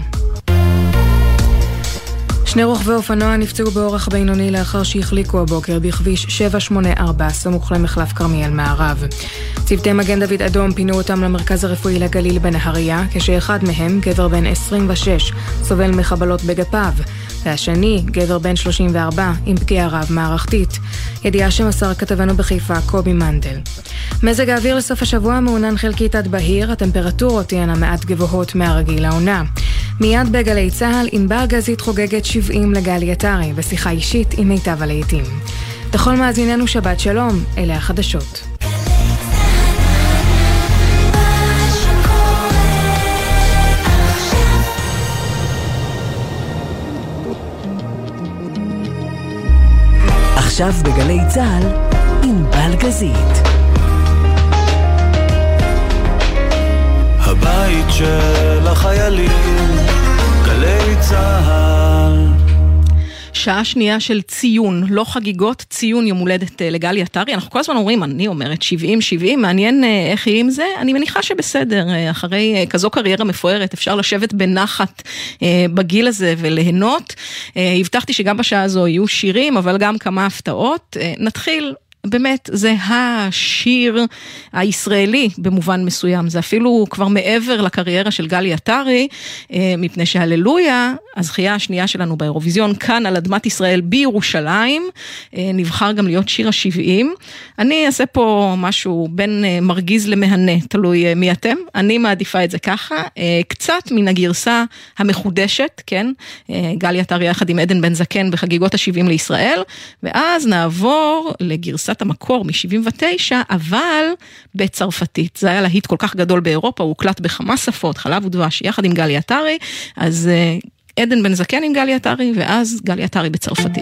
שני רוכבי אופנוע נפצעו באורח בינוני לאחר שהחליקו הבוקר בכביש שבע שמונה ארבע סמוך למחלף כרמיאל מערב. צוותי מגן דוד אדום פינו אותם למרכז הרפואי לגליל בנהריה, כשאחד מהם, גבר בן עשרים ושש, סובל מחבלות בגפיו, והשני, גבר בן שלושים וארבע, עם פגיעה רב מערכתית. ידיעה שמסר כתבנו בחיפה קובי מנדל. מזג האוויר לסוף השבוע מעונן חלקית עד בהיר, הטמפרטורות תהיינה מעט גבוהות מהרגיל לעונה. מיד בגלי צהל, ענבר גזית חוגגת שבעים לגלי עטרי, בשיחה אישית עם מיטב הלהיטים. לכל מאזיננו שבת שלום, אלה החדשות. עכשיו בגלי צהל, ענבר גזית. הבית של החיילים, גלי צהל. שעה שנייה של ציון, לא חגיגות, ציון יום הולדת לגלי עטרי. אנחנו כל הזמן אומרים, אני אומרת שבעים שבעים, מעניין איך היא עם זה. אני מניחה שבסדר, אחרי כזו קריירה מפוארת, אפשר לשבת בנחת בגיל הזה וליהנות. הבטחתי שגם בשעה הזו יהיו שירים, אבל גם כמה הפתעות. נתחיל. באמת, זה השיר הישראלי במובן מסוים, זה אפילו כבר מעבר לקריירה של גלי עטרי, מפני שהללויה, הזכייה השנייה שלנו באירוויזיון, כאן על אדמת ישראל בירושלים, נבחר גם להיות שיר השבעים. אני אעשה פה משהו בין מרגיז למהנה, תלוי מי אתם, אני מעדיפה את זה ככה, קצת מן הגרסה המחודשת, כן, גלי עטרי יחד עם עדן בן זקן בחגיגות ה-שבעים לישראל, ואז נעבור לגרסה המקור מ-שבעים ותשע, אבל בצרפתית. זה היה להיט כל כך גדול באירופה, הוא הוקלט בכמה שפות, חלב ודבש, יחד עם גלי עטרי, אז עדן בן זקן עם גלי עטרי, ואז גלי עטרי בצרפתית.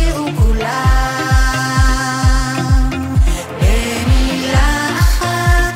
במילה אחת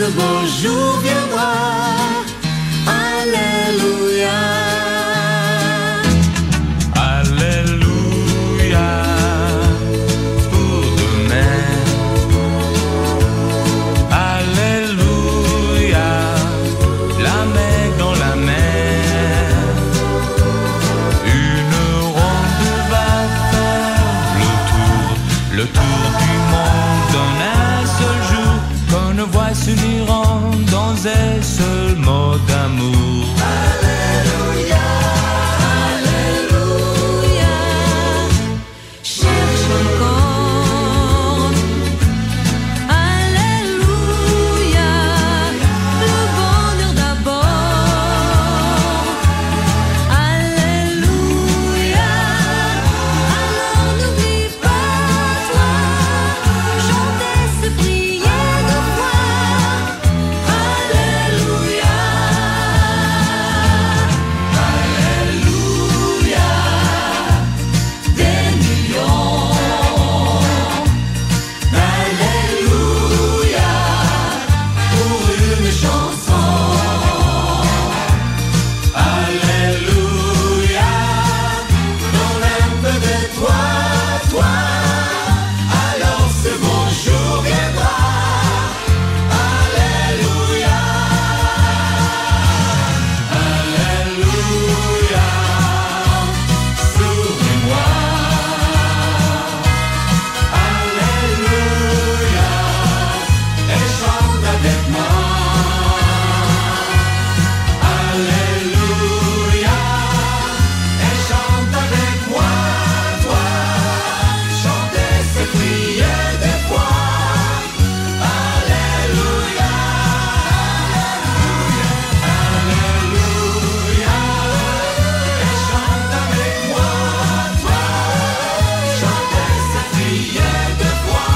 ce beau jour viendra. Alléluia. Alléluia pour demain. Alléluia, la mer dans la mer. Une ronde va faire le tour, le tour du monde en un seul jour. Qu'on ne voit s'uniront dans un seul mot d'amour. Alléluia, Alléluia. Cherche encore. Alléluia, le bonheur d'abord. Alléluia, alors n'oublie pas toi. Chanter, c'est prier de foi. Alléluia, Alléluia, des millions. Alléluia, pour une chanson. Alléluia, dans un peu de toi, toi. Alors ce bon jour viendra. Alléluia, Alléluia, souris-moi. Alléluia, et chante avec moi. Alléluia, et chante avec moi, toi. Chanter, c'est prier des fois. Alléluia, Alléluia, et chante avec moi, toi. Chanter, c'est prier des fois.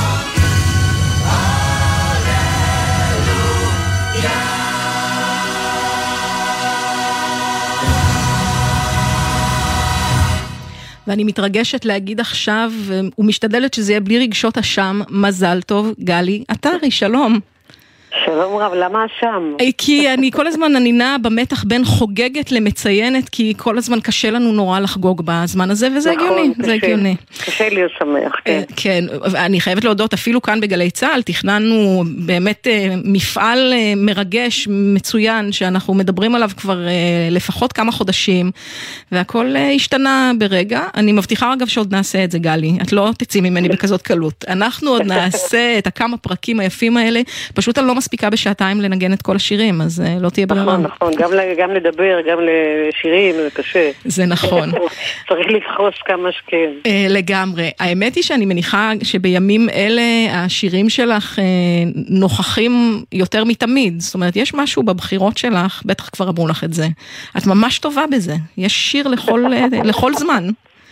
ואני מתרגשת להגיד עכשיו, ומשתדלת שזה יהיה בלי רגשות אשם, מזל טוב, גלי עטרי, שלום. שלום רב, למה אשם? כי אני כל הזמן אני נעה במתח בין חוגגת למציינת, כי כל הזמן קשה לנו נורא לחגוג בזמן הזה, וזה נכון, הגיוני, קשה. זה הגיוני. קשה להיות שמח, כן. כן, אני חייבת להודות, אפילו כאן בגלי צהל, תכננו באמת מפעל מרגש, מצוין, שאנחנו מדברים עליו כבר לפחות כמה חודשים, והכל השתנה ברגע. אני מבטיחה אגב שעוד נעשה את זה, גלי, את לא תצאי ממני בכזאת קלות. אנחנו עוד נעשה את הכמה פרקים היפים האלה, פשוט אני לא מספיקה בשעתיים לנגן את כל השירים, אז לא תהיה ברירה. נכון, נכון, גם, גם לדבר, גם לשירים, זה קשה. זה נכון. צריך לחרוס כמה שכן. לגמרי. האמת היא שאני מניחה שבימים אלה השירים שלך נוכחים יותר מתמיד. זאת אומרת, יש משהו בבחירות שלך, בטח כבר אמרו לך את זה. את ממש טובה בזה. יש שיר לכל, לכל זמן.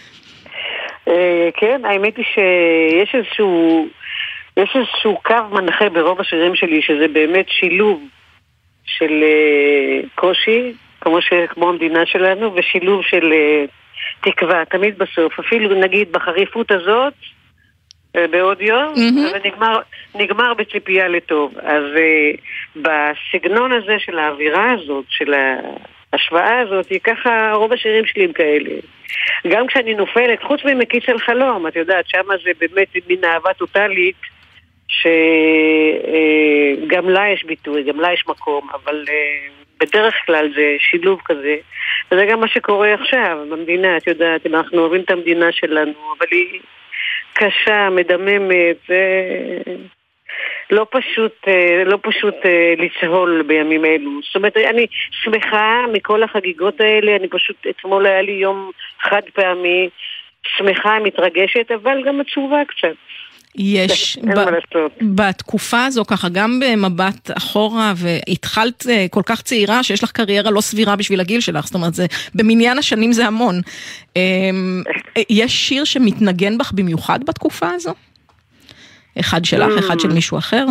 כן, האמת היא שיש איזשהו... יש איזשהו קו מנחה ברוב השירים שלי, שזה באמת שילוב של uh, קושי, כמו, ש... כמו המדינה שלנו, ושילוב של uh, תקווה, תמיד בסוף. אפילו נגיד בחריפות הזאת, uh, בעוד יום, mm-hmm. ונגמר נגמר בציפייה לטוב. אז uh, בסגנון הזה של האווירה הזאת, של ההשוואה הזאת, היא ככה, רוב השירים שלי הם כאלה. גם כשאני נופלת, חוץ ממקיץ על חלום, את יודעת, שמה זה באמת מין אהבה טוטלית, שגם לה יש ביטוי, גם לה יש מקום, אבל בדרך כלל זה שילוב כזה, וזה גם מה שקורה עכשיו במדינה. את יודעת, אנחנו אוהבים את המדינה שלנו, אבל היא קשה, מדממת, זה לא פשוט, לא פשוט לצהול בימים אלו. זאת אומרת, אני שמחה מכל החגיגות האלה, אני פשוט, אתמול היה לי יום חד פעמי, שמחה, מתרגשת, אבל גם עצובה קצת. יש, בתקופה הזו ככה, גם במבט אחורה, והתחלת כל כך צעירה, שיש לך קריירה לא סבירה בשביל הגיל שלך, זאת אומרת, במניין השנים זה המון. יש שיר שמתנגן בך במיוחד בתקופה הזו? אחד שלך, אחד של מישהו אחר?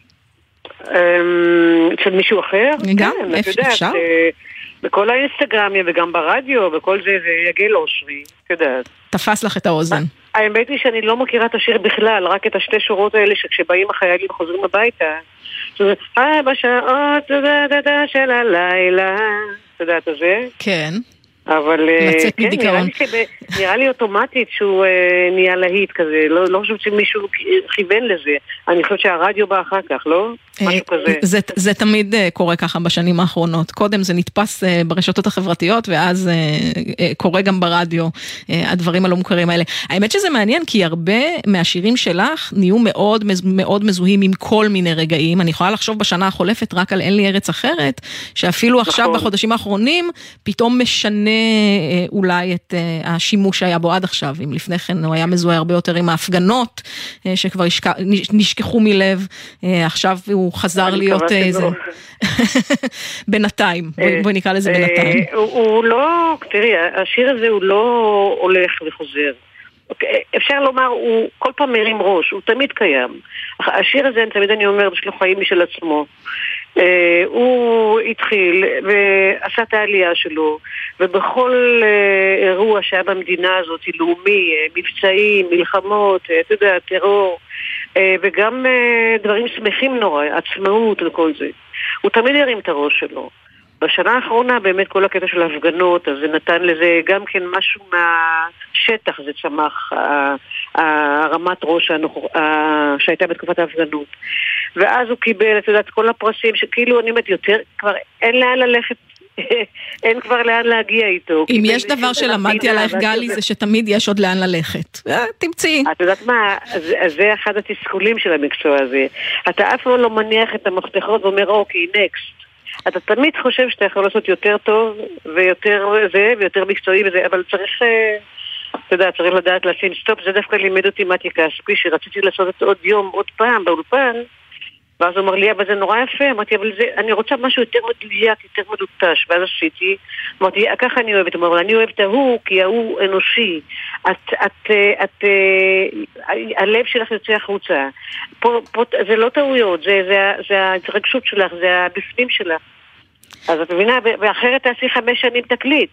של מישהו אחר? גם, אפשר? בכל האינסטגרמיה וגם ברדיו, וכל זה, זה יגל אושרי, את יודעת. תפס לך את האוזן. האמת היא שאני לא מכירה את השיר בכלל, רק את השתי שורות האלה שכשבאים החיילים חוזרים הביתה, אה, בשעות של הלילה. אתה יודעת את זה? כן. אבל כן, נראה לי, שבא, נראה לי אוטומטית שהוא אה, נהיה להיט כזה, לא, לא חושבת שמישהו כיוון לזה, אני חושבת שהרדיו בא אחר כך, לא? משהו כזה. זה, זה תמיד קורה ככה בשנים האחרונות, קודם זה נתפס ברשתות החברתיות, ואז קורה גם ברדיו, הדברים הלא מוכרים האלה. האמת שזה מעניין, כי הרבה מהשירים שלך נהיו מאוד מאוד מזוהים עם כל מיני רגעים, אני יכולה לחשוב בשנה החולפת רק על אין לי ארץ אחרת, שאפילו עכשיו נכון. בחודשים האחרונים, פתאום משנה אולי את השימוש שהיה בו עד עכשיו, אם לפני כן הוא היה מזוהה הרבה יותר עם ההפגנות, שכבר נשכחו מלב, עכשיו הוא חזר להיות איזה... בינתיים, בואי נקרא לזה בינתיים. הוא לא, תראי, השיר הזה הוא לא הולך וחוזר. אפשר לומר, הוא כל פעם מרים ראש, הוא תמיד קיים. השיר הזה, תמיד אני אומרת, יש לו חיים משל עצמו. הוא התחיל ועשה את העלייה שלו, ובכל אירוע שהיה במדינה הזאת, לאומי, מבצעים, מלחמות, אתה יודע, טרור, וגם דברים שמחים נורא, עצמאות וכל זה. הוא תמיד ירים את הראש שלו. בשנה האחרונה באמת כל הקטע של ההפגנות, אז זה נתן לזה גם כן משהו מהשטח, זה צמח, הרמת ראש שהייתה בתקופת ההפגנות. ואז הוא קיבל, את יודעת, כל הפרסים שכאילו אני אומרת יותר, כבר אין לאן ללכת, אין כבר לאן להגיע איתו. אם יש דבר שלמדתי עלייך גלי, זה שתמיד יש עוד לאן ללכת. תמצאי. את יודעת מה, זה אחד התסכולים של המקצוע הזה. אתה אף לא מניח את המפתחות ואומר, אוקיי, נקסט. אתה תמיד חושב שאתה יכול לעשות יותר טוב ויותר זה ויותר מקצועי וזה, אבל צריך, אתה יודע, צריך לדעת לשים סטופ. זה דווקא לימד אותי מתי כספי, שרציתי לעשות את עוד יום, עוד פעם באולפן, ואז הוא אמר לי, אבל זה נורא יפה. אמרתי, אבל זה, אני רוצה משהו יותר מדויק, יותר מדוטש. ואז עשיתי, אמרתי, ככה אני אוהבת. אמרתי, אני אוהבת ההוא, כי ההוא אנושי. את, את, את, הלב שלך יוצא החוצה. פה, פה, זה לא טעויות, זה, זה, זה ההתרגשות שלך, זה הבפנים שלך. אז את מבינה, ואחרת תעשי חמש שנים תקליט.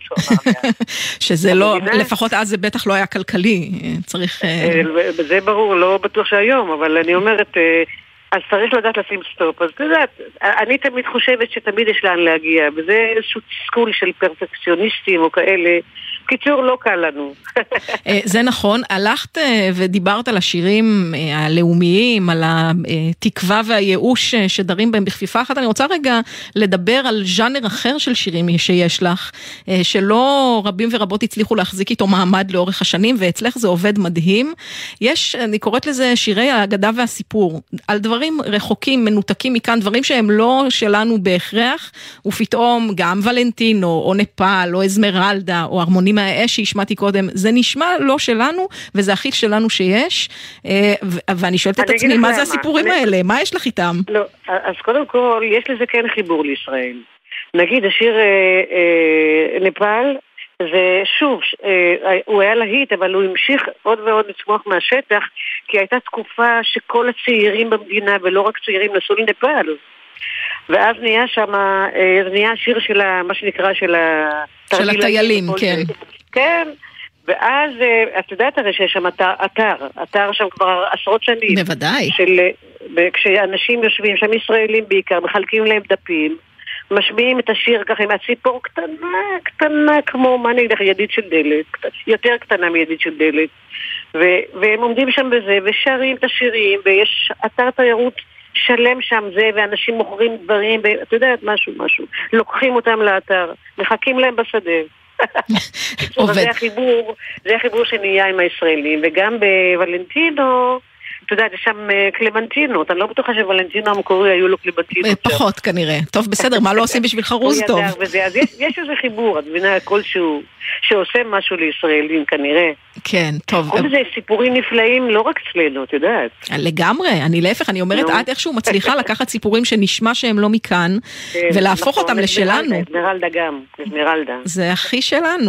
שזה לא, לפחות אז זה בטח לא היה כלכלי. צריך... זה ברור, לא בטוח שהיום, אבל אני אומרת... אז צריך לדעת לשים סטופ. אז אתה יודעת, אני תמיד חושבת שתמיד יש לאן להגיע, וזה איזשהו תסכול של פרפקציוניסטים או כאלה. קיצור, לא קל לנו. זה נכון, הלכת ודיברת על השירים הלאומיים, על התקווה והייאוש שדרים בהם בכפיפה אחת. אני רוצה רגע לדבר על ז'אנר אחר של שירים שיש לך, שלא רבים ורבות הצליחו להחזיק איתו מעמד לאורך השנים, ואצלך זה עובד מדהים. יש, אני קוראת לזה שירי האגדה והסיפור, על דברים רחוקים, מנותקים מכאן, דברים שהם לא שלנו בהכרח, ופתאום גם ולנטינו, או נפאל, או אזמרלדה, או הרמונים האש שהשמעתי קודם, זה נשמע לא שלנו, וזה הכי שלנו שיש, ואני שואלת את עצמי, מה זה הסיפורים האלה? מה יש לך איתם? לא, אז קודם כל, יש לזה כן חיבור לישראל. נגיד, השיר נפאל, ושוב, הוא היה להיט, אבל הוא המשיך עוד ועוד לצמוח מהשטח, כי הייתה תקופה שכל הצעירים במדינה, ולא רק צעירים, נסעו לנפאל. ואז נהיה שם, נהיה השיר של מה שנקרא של של הטיילים, כן. כן, ואז את יודעת הרי שיש שם אתר, אתר שם כבר עשרות שנים. בוודאי. כשאנשים יושבים שם, ישראלים בעיקר, מחלקים להם דפים, משמיעים את השיר ככה עם הציפור קטנה, קטנה כמו, מה אני אגיד, ידית של דלת, יותר קטנה מידית של דלת. והם עומדים שם בזה, ושרים את השירים, ויש אתר תיירות שלם שם זה, ואנשים מוכרים דברים, ואתה יודעת, משהו, משהו. לוקחים אותם לאתר, מחכים להם בשדה. זה החיבור, זה החיבור שנהיה עם הישראלים, וגם בוולנטינו, אתה יודע, זה שם קלמנטינו, אתה לא בטוחה שוולנטינו המקורי היו לו קלמנטינו. פחות כנראה. טוב, בסדר, מה לא עושים בשביל חרוז טוב? אז יש איזה חיבור, את מבינה, כלשהו, שעושה משהו לישראלים כנראה. כן, טוב. כל זה סיפורים נפלאים, לא רק אצלנו, את יודעת. לגמרי, אני להפך, אני אומרת, את איכשהו מצליחה לקחת סיפורים שנשמע שהם לא מכאן, ולהפוך אותם לשלנו. אזמרלדה גם, אזמרלדה. זה הכי שלנו.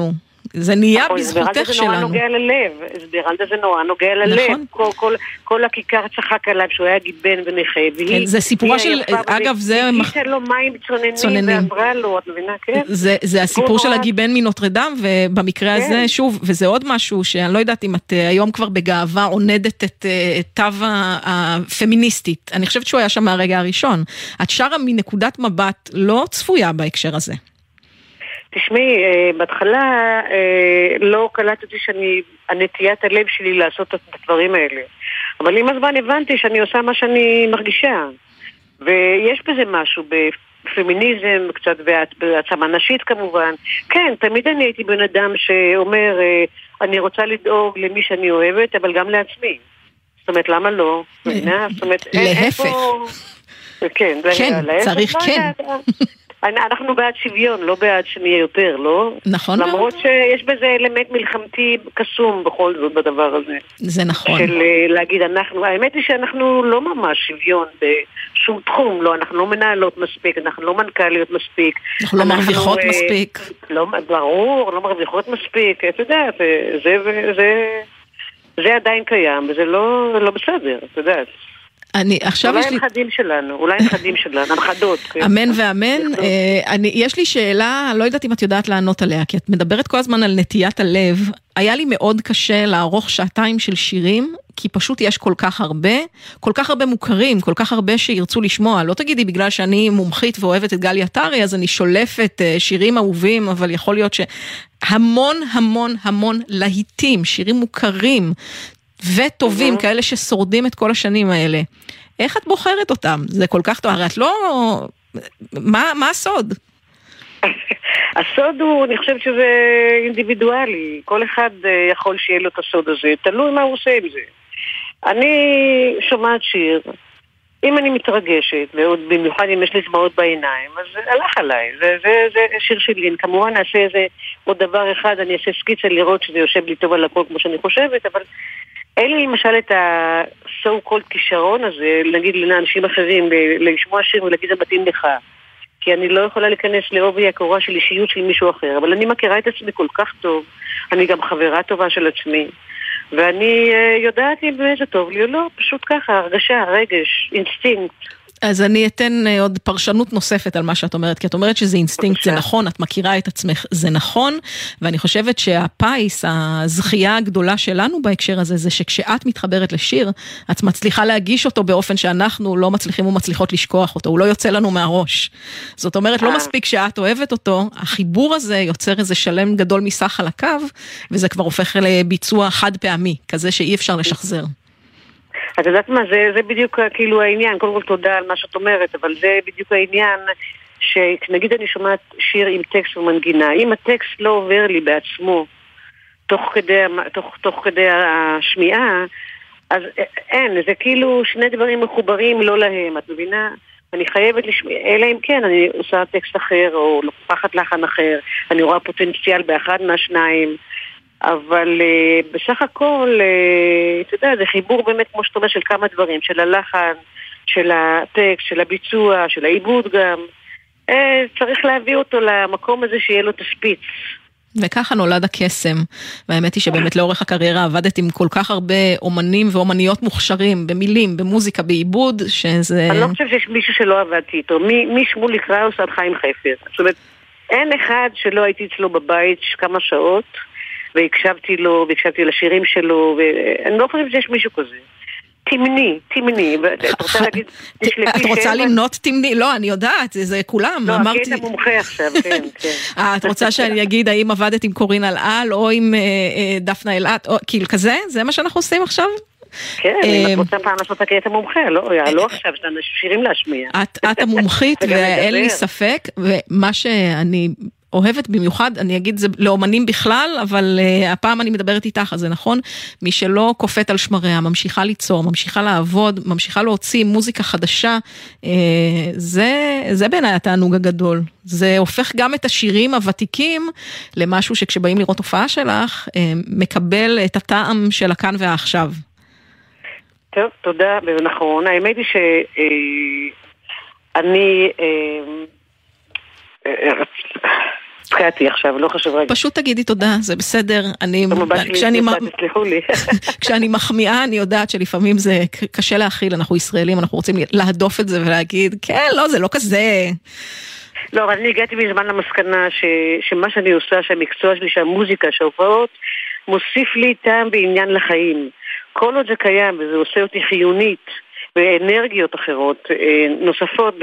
זה נהיה בזכותך שלנו. זה נורא נוגע ללב, אסמרלדה זה נורא נוגע ללב. נכון. כל, כל, כל הכיכר צחק עליו שהוא היה גיבן ונכה. כן, זה סיפורה של, אגב זה... היא הגישה לו מים צוננים ואמרה לו, את מבינה, כן? זה, זה הסיפור של הגיבן מנוטרדם, ובמקרה כן. הזה, שוב, וזה עוד משהו שאני לא יודעת אם את היום כבר בגאווה עונדת את, את תו הפמיניסטית. אני חושבת שהוא היה שם מהרגע הראשון. את שרה מנקודת מבט לא צפויה בהקשר הזה. תשמעי, בהתחלה לא קלטתי שאני, הנטיית הלב שלי לעשות את הדברים האלה. אבל עם הזמן הבנתי שאני עושה מה שאני מרגישה. ויש בזה משהו בפמיניזם, קצת בעצמה נשית כמובן. כן, תמיד אני הייתי בן אדם שאומר, אני רוצה לדאוג למי שאני אוהבת, אבל גם לעצמי. זאת אומרת, למה לא? להפך. כן, צריך כן. אנחנו בעד שוויון, לא בעד שנהיה יותר, לא? נכון. למרות שיש בזה אלמנט מלחמתי קסום בכל זאת בדבר הזה. זה נכון. של להגיד אנחנו, האמת היא שאנחנו לא ממש שוויון בשום תחום, לא, אנחנו לא מנהלות מספיק, אנחנו לא מנכ"ליות מספיק. אנחנו לא מרוויחות מספיק. לא, ברור, לא מרוויחות מספיק, אתה יודע, זה, זה, זה עדיין קיים, וזה לא, לא בסדר, אתה יודע. אני, עכשיו אולי יש לי... הנכדים שלנו, אולי הנכדים שלנו, הנכדות. אמן ואמן. אני, יש לי שאלה, לא יודעת אם את יודעת לענות עליה, כי את מדברת כל הזמן על נטיית הלב. היה לי מאוד קשה לערוך שעתיים של שירים, כי פשוט יש כל כך הרבה, כל כך הרבה מוכרים, כל כך הרבה שירצו לשמוע. לא תגידי בגלל שאני מומחית ואוהבת את גלי עטרי, אז אני שולפת שירים אהובים, אבל יכול להיות שהמון המון המון להיטים, שירים מוכרים, וטובים, כאלה ששורדים את כל השנים האלה. איך את בוחרת אותם? זה כל כך טוב, הרי את לא... מה, מה הסוד? הסוד הוא, אני חושבת שזה אינדיבידואלי. כל אחד יכול שיהיה לו את הסוד הזה. תלוי מה הוא עושה עם זה. אני שומעת שיר, אם אני מתרגשת, ועוד במיוחד אם יש לי דמעות בעיניים, אז הלך עליי. זה, זה, זה שיר שלי. אני כמובן אעשה איזה עוד דבר אחד, אני אעשה סקיצה לראות שזה יושב לי טוב על הכל כמו שאני חושבת, אבל... אין לי למשל את ה-so called כישרון הזה, נגיד לאנשים אחרים, לשמוע שיר ולהגיד זה מתאים לך. כי אני לא יכולה להיכנס לעובי הקורה של אישיות של מישהו אחר, אבל אני מכירה את עצמי כל כך טוב, אני גם חברה טובה של עצמי, ואני יודעת אם זה טוב לי או לא, פשוט ככה, הרגשה, רגש, אינסטינקט. אז אני אתן עוד פרשנות נוספת על מה שאת אומרת, כי את אומרת שזה אינסטינקט, זה נכון, את מכירה את עצמך, זה נכון, ואני חושבת שהפייס, הזכייה הגדולה שלנו בהקשר הזה, זה שכשאת מתחברת לשיר, את מצליחה להגיש אותו באופן שאנחנו לא מצליחים ומצליחות לשכוח אותו, הוא לא יוצא לנו מהראש. זאת אומרת, לא מספיק שאת אוהבת אותו, החיבור הזה יוצר איזה שלם גדול מסך על הקו, וזה כבר הופך לביצוע חד פעמי, כזה שאי אפשר לשחזר. את יודעת מה, זה, זה בדיוק כאילו העניין, קודם כל תודה על מה שאת אומרת, אבל זה בדיוק העניין שנגיד אני שומעת שיר עם טקסט ומנגינה, אם הטקסט לא עובר לי בעצמו תוך כדי, תוך, תוך כדי השמיעה, אז אין, זה כאילו שני דברים מחוברים לא להם, את מבינה? אני חייבת לשמיע, אלא אם כן, אני עושה טקסט אחר או לוקחת לחן אחר, אני רואה פוטנציאל באחד מהשניים, אבל uh, בסך הכל, uh, אתה יודע, זה חיבור באמת, כמו שאתה אומר, של כמה דברים, של הלחן, של הטקסט, של הביצוע, של העיבוד גם. Uh, צריך להביא אותו למקום הזה שיהיה לו תשפיץ. וככה נולד הקסם, והאמת היא שבאמת לאורך הקריירה עבדת עם כל כך הרבה אומנים ואומניות מוכשרים, במילים, במוזיקה, בעיבוד, שזה... אני לא חושב שיש מישהו שלא עבדתי איתו, משמולי קראוס עד חיים חפר. זאת אומרת, אין אחד שלא הייתי אצלו בבית כמה שעות, והקשבתי לו, והקשבתי לשירים שלו, ואני לא חושבת שיש מישהו כזה. תמני, תמני. את רוצה להגיד... את רוצה למנות תמני? לא, אני יודעת, זה כולם. לא, כי היית מומחה עכשיו, כן, כן. את רוצה שאני אגיד האם עבדת עם קורין אלעל, או עם דפנה אלעד, כאילו כזה? זה מה שאנחנו עושים עכשיו? כן, אם את רוצה פעם לעשות את המומחה, לא עכשיו, שאתה שירים להשמיע. את המומחית, ואין לי ספק, ומה שאני... אוהבת במיוחד, אני אגיד זה לאומנים בכלל, אבל uh, הפעם אני מדברת איתך, אז זה נכון, מי שלא קופאת על שמריה, ממשיכה ליצור, ממשיכה לעבוד, ממשיכה להוציא מוזיקה חדשה, uh, זה, זה בעיניי התענוג הגדול. זה הופך גם את השירים הוותיקים, למשהו שכשבאים לראות הופעה שלך, uh, מקבל את הטעם של הכאן והעכשיו. טוב, תודה, ונכון. האמת היא שאני... Uh, נתקעתי עכשיו, לא חשוב רגע. פשוט תגידי תודה, זה בסדר. אני, כשאני, כשאני מחמיאה, אני יודעת שלפעמים זה קשה להכיל, אנחנו ישראלים, אנחנו רוצים להדוף את זה ולהגיד, כן, לא, זה לא כזה. לא, אבל אני הגעתי מזמן למסקנה ש, שמה שאני עושה, שהמקצוע שלי, שהמוזיקה, שההופעות, מוסיף לי טעם בעניין לחיים. כל עוד זה קיים, וזה עושה אותי חיונית, ואנרגיות אחרות, נוספות,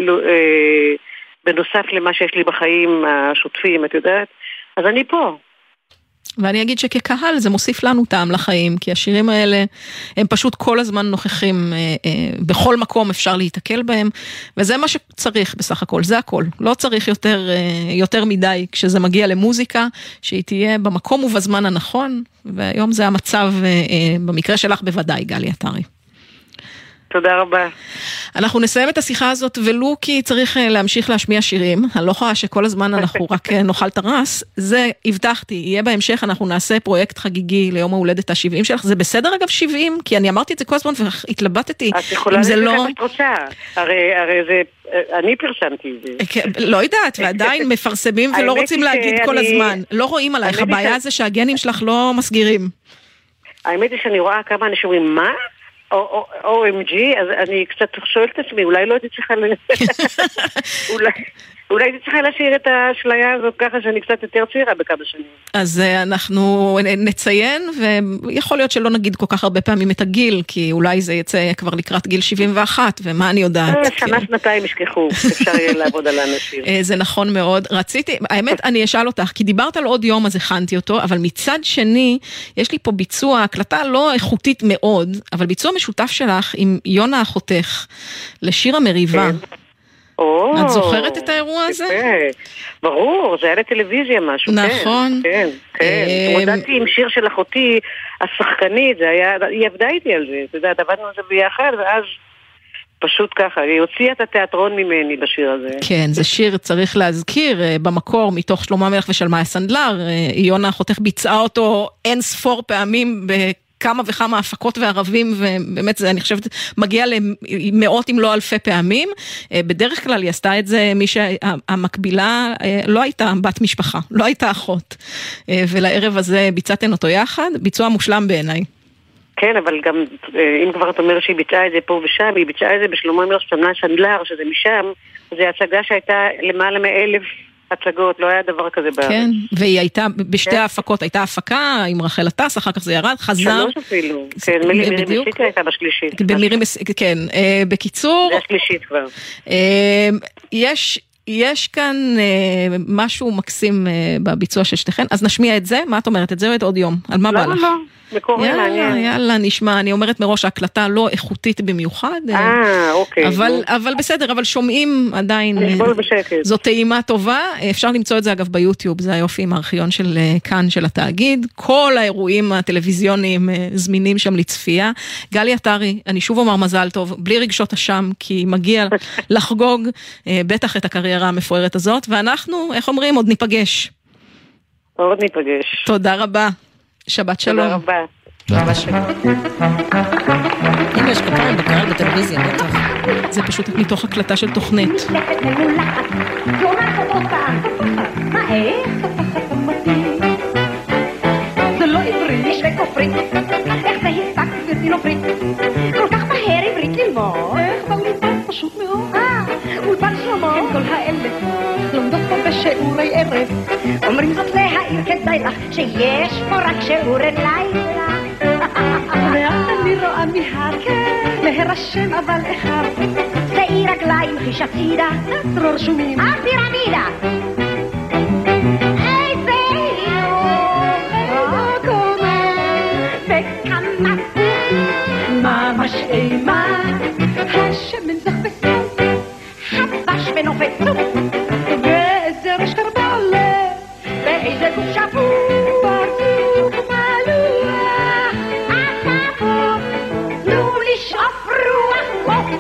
בנוסף למה שיש לי בחיים השוטפים, את יודעת? אז אני פה. ואני אגיד שכקהל זה מוסיף לנו טעם לחיים, כי השירים האלה הם פשוט כל הזמן נוכחים, אה, אה, בכל מקום אפשר להתקל בהם, וזה מה שצריך בסך הכל, זה הכל. לא צריך יותר, אה, יותר מדי כשזה מגיע למוזיקה, שהיא תהיה במקום ובזמן הנכון, והיום זה המצב, אה, אה, במקרה שלך בוודאי, גלי עטרי. תודה רבה. אנחנו נסיים את השיחה הזאת, ולו כי צריך להמשיך להשמיע שירים, אני לא יכולה שכל הזמן אנחנו רק נאכל את הרס, זה הבטחתי, יהיה בהמשך, אנחנו נעשה פרויקט חגיגי ליום ההולדת ה-שבעים שלך, זה בסדר אגב שבעים? כי אני אמרתי את זה כל הזמן והתלבטתי, אם זה לא... את רוצה, הרי, הרי זה, אני פרסמתי את זה. לא יודעת, ועדיין מפרסמים ולא רוצים להגיד כל הזמן, לא רואים עלייך, הבעיה זה שהגנים שלך לא מסגירים. האמת היא שאני רואה כמה אנשים אומרים, מה? או אם ג'י, אז אני קצת שואלת את עצמי, אולי לא הייתי צריכה אולי אולי הייתי צריכה להשאיר את האשליה הזאת ככה שאני קצת יותר צעירה בכמה שנים. אז אנחנו נציין, ויכול להיות שלא נגיד כל כך הרבה פעמים את הגיל, כי אולי זה יצא כבר לקראת גיל שבעים ואחת, ומה אני יודעת. שנה שנתיים ישכחו, אפשר יהיה לעבוד על האנשים. זה נכון מאוד. רציתי, האמת אני אשאל אותך, כי דיברת על עוד יום אז הכנתי אותו, אבל מצד שני, יש לי פה ביצוע, הקלטה לא איכותית מאוד, אבל ביצוע משותף שלך עם יונה אחותך, לשיר המריבה. את זוכרת את האירוע הזה? ברור, זה היה לטלוויזיה משהו. נכון. כן, כן. התמודדתי עם שיר של אחותי השחקנית, היא עבדה איתי על זה, אתה יודע, עבדנו על זה ביחד, ואז פשוט ככה, היא הוציאה את התיאטרון ממני בשיר הזה. כן, זה שיר, צריך להזכיר, במקור, מתוך שלמה המלך ושלמיה סנדלר, יונה אחותך ביצעה אותו אין ספור פעמים כמה וכמה הפקות וערבים, ובאמת זה, אני חושבת, מגיע למאות אם לא אלפי פעמים. בדרך כלל היא עשתה את זה, מי שהמקבילה לא הייתה בת משפחה, לא הייתה אחות. ולערב הזה ביצעתן אותו יחד, ביצוע מושלם בעיניי. כן, אבל גם, אם כבר את אומרת שהיא ביצעה את זה פה ושם, היא ביצעה את זה בשלמה המלך ושלמיה סנדלר, שזה משם, זה הצגה שהייתה למעלה מאלף הצגות, לא היה דבר כזה בארץ. כן, והיא הייתה, בשתי ההפקות, הייתה הפקה עם רחל עטס, אחר כך זה ירד, חזר. שלוש אפילו, כן, מירי מסיקה הייתה בשלישית. במירי מסיקה, כן. בקיצור... זה השלישית כבר. יש... יש כאן אה, משהו מקסים אה, בביצוע של שתיכן, אז נשמיע את זה, מה את אומרת? את זה או את עוד יום? על מה בא לך? לא, לא, מקורי מעניין. יאללה, נשמע, אני אומרת מראש, ההקלטה לא איכותית במיוחד. אה, אוקיי. אבל, אבל בסדר, אבל שומעים עדיין, נשמול בשקט. זו טעימה טובה, אפשר למצוא את זה אגב ביוטיוב, זה היופי עם הארכיון של כאן של התאגיד, כל האירועים הטלוויזיוניים זמינים שם לצפייה. גלי עטרי, אני שוב אומר מזל טוב, בלי רגשות אשם, כי מגיע לחגוג בטח את הקריירה המפוארת הזאת, ואנחנו, איך אומרים, עוד ניפגש. עוד ניפגש. תודה רבה. שבת שלום. תודה רבה. תודה שלום. הנה יש כפיים בקהל בטלוויזיה, בטח. זה פשוט מתוך הקלטה של תוכנית. זה לא עברית וכופרית, איך זה הסתק גברתי נופרית, כל כך מהר עברית ללמוד, איך באולפן פשוט מאוד, אה, אולפן שלמה, כל האלף, לומדות פה בשיעורי ערב, אומרים זאת להעיר כדאי לך, שיש פה רק שיעורי לילה, ואז אני רואה מהר, להירשם אבל אחד, שעיר רגליים חיש הצידה, צרור שומים, הפירמידה, ממש אימה, השמן זך בסוף, חבש ונופת סוף, ואיזה ראש קרבלה, ואיזה גוף שפוף, פרצוף מלוח, עטפות, תנו לשאוף רוח פה.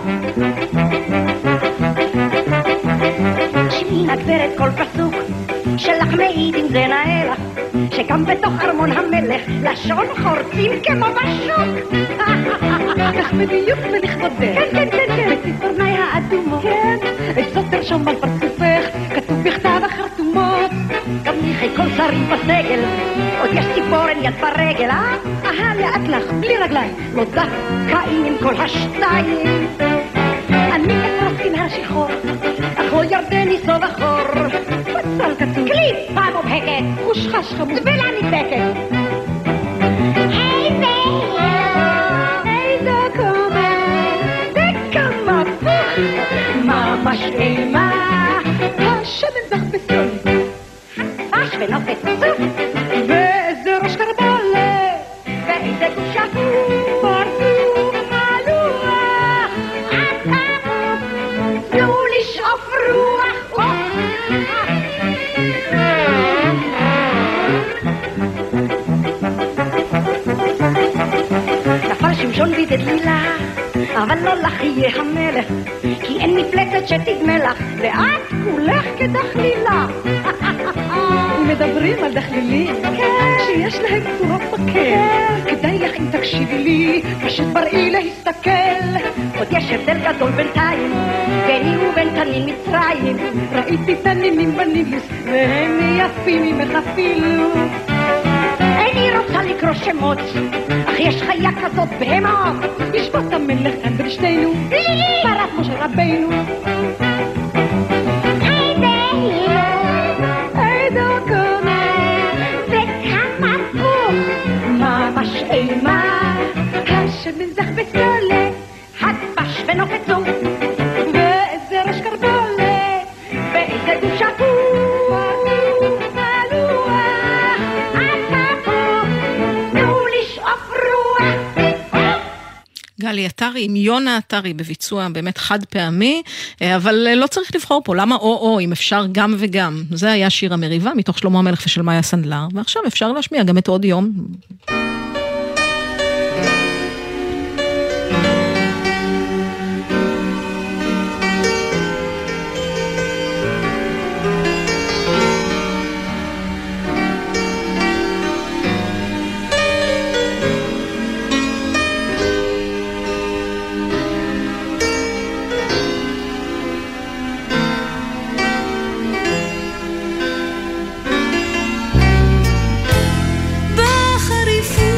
שמי הגברת כל פסוק, שלך מעיד אם זה נאה לך, שגם בתוך ארמון המלך לשון חורצים כמו בשוק. כך בדיוק ולכבודך, כן כן כן כן, בציפורני האדומות, כן, את זאת תרשום על פרצופך, כתוב בכתב החרטומות, אחרי כל שרים בסגל, עוד יש ציפורן יד ברגל, אה? אהה, לאט לך, בלי רגליים, לא דווקאים עם כל השתיים. אני אפרס עם השחור, אך לא ירדני סוב אחור. פצל קצור, קליפה מובהקת, חושחש חמוד, תבילה נדבקת. איזה איזה קומה, וכמה פוך, ממש אימה, השמן זך בסולי, חש ונופת סוף, ואיזה ראש קרבלה, ואיזה גושה פרצוף מלוח, עטמות, תנו לשאוף רוח. נפל שמשון ודלילה, אבל לא לך יהיה המלך, כי אין מפלצת שתדמה לך, ואת כולך כדחלילה. מדברים על דחלילים, שיש להם צורות מקל, כדאי לך אם תקשיבי לי, פשוט בראי להסתכל. עוד יש הבדל גדול בינתיים, ביני ובין תנין מצרים, ראיתי תנינים בניבוס, והם יפים ממך אפילו. איני רוצה לקרוא שמות, אך יש חיה כזאת בהמה, ישבות המלך כאן בין שנינו, פרת משה רבינו. איזה קונה, וכמה פוך, ממש אימה, השמן זך בסולה, הדבש ונופת זו, ואיזה ראש קרבולה, ואיזה גושה גלי עטרי עם יונה עטרי בביצוע באמת חד פעמי, אבל לא צריך לבחור פה, למה או-או, אם אפשר גם וגם. זה היה שיר המריבה מתוך שלמה המלך ושל מאיה סנדלר, ועכשיו אפשר להשמיע גם את עוד יום. בחריפות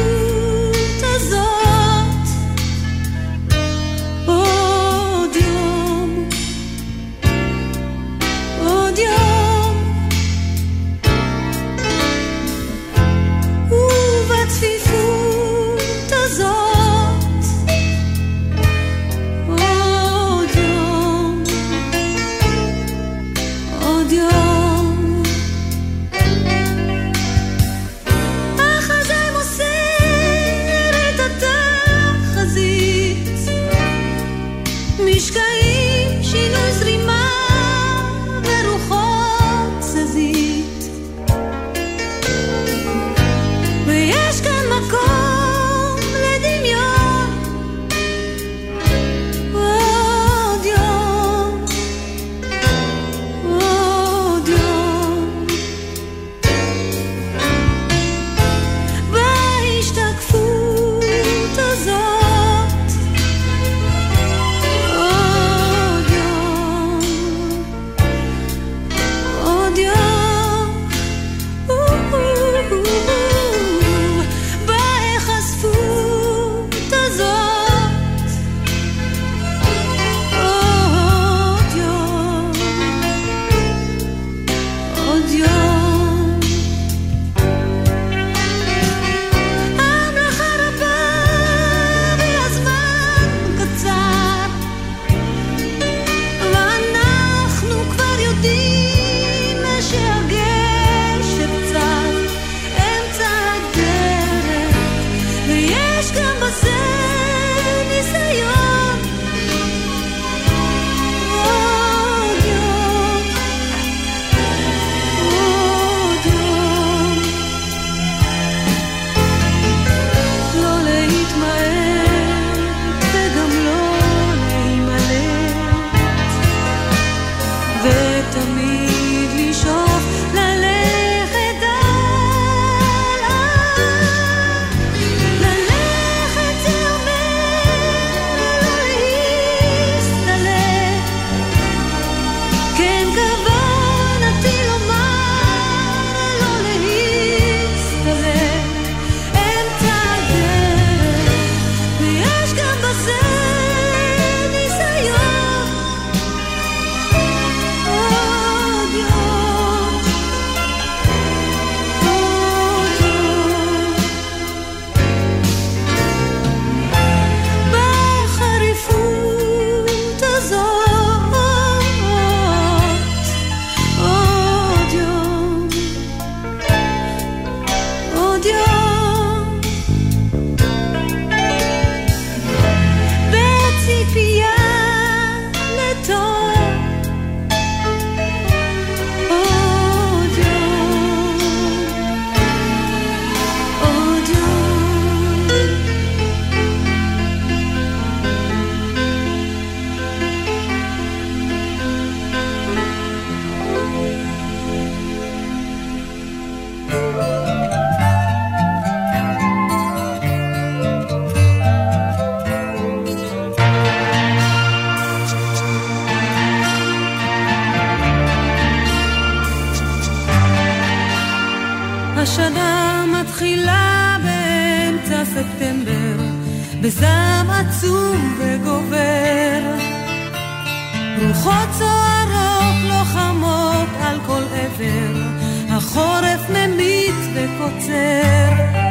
ספטמבר, בזעם עצום וגובר. רוחות צוערות לוחמות על כל עבר, החורף ממית וקוצר.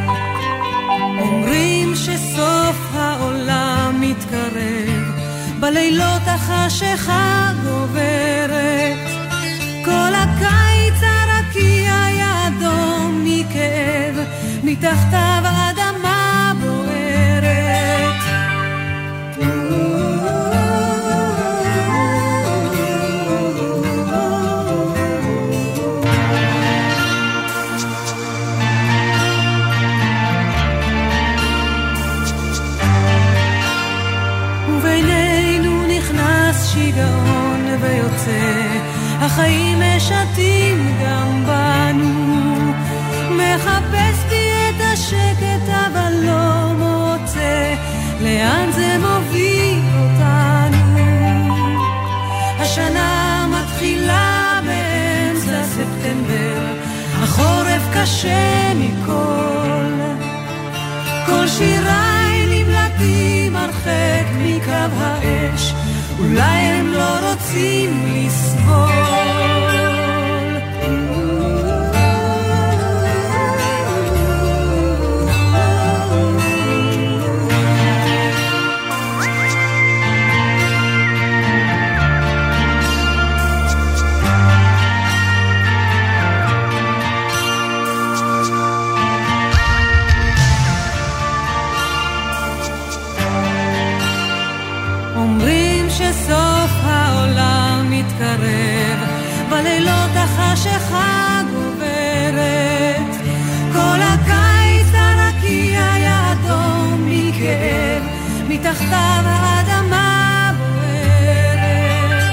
אומרים שסוף העולם מתקרב, בלילות החשיכה גוברת. כל הקיץ הרקיע היה אדום מכאב, מתחתיו האדמה בוערת. ובינינו נכנס שיגעון ויוצא, החיים משתים גם בנו. מחפש בי את השקט אבל לא מוצא, לאן זה מוביל אותנו. השנה מתחילה באמצע ספטמבר, החורף קשה מכל. כל שיריי נמלטים הרחק מקו האש, אולי הם לא רוצים לסבול. אומרים שסוף העולם מתקרב, בלילות החשיכה גוברת. כל הקיץ הרקיע היה אדום מכאב, מתחתיו האדמה בוערת.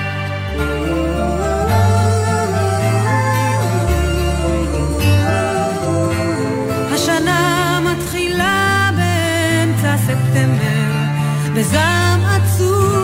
השנה מתחילה באמצע ספטמבר, בזעם עצוב.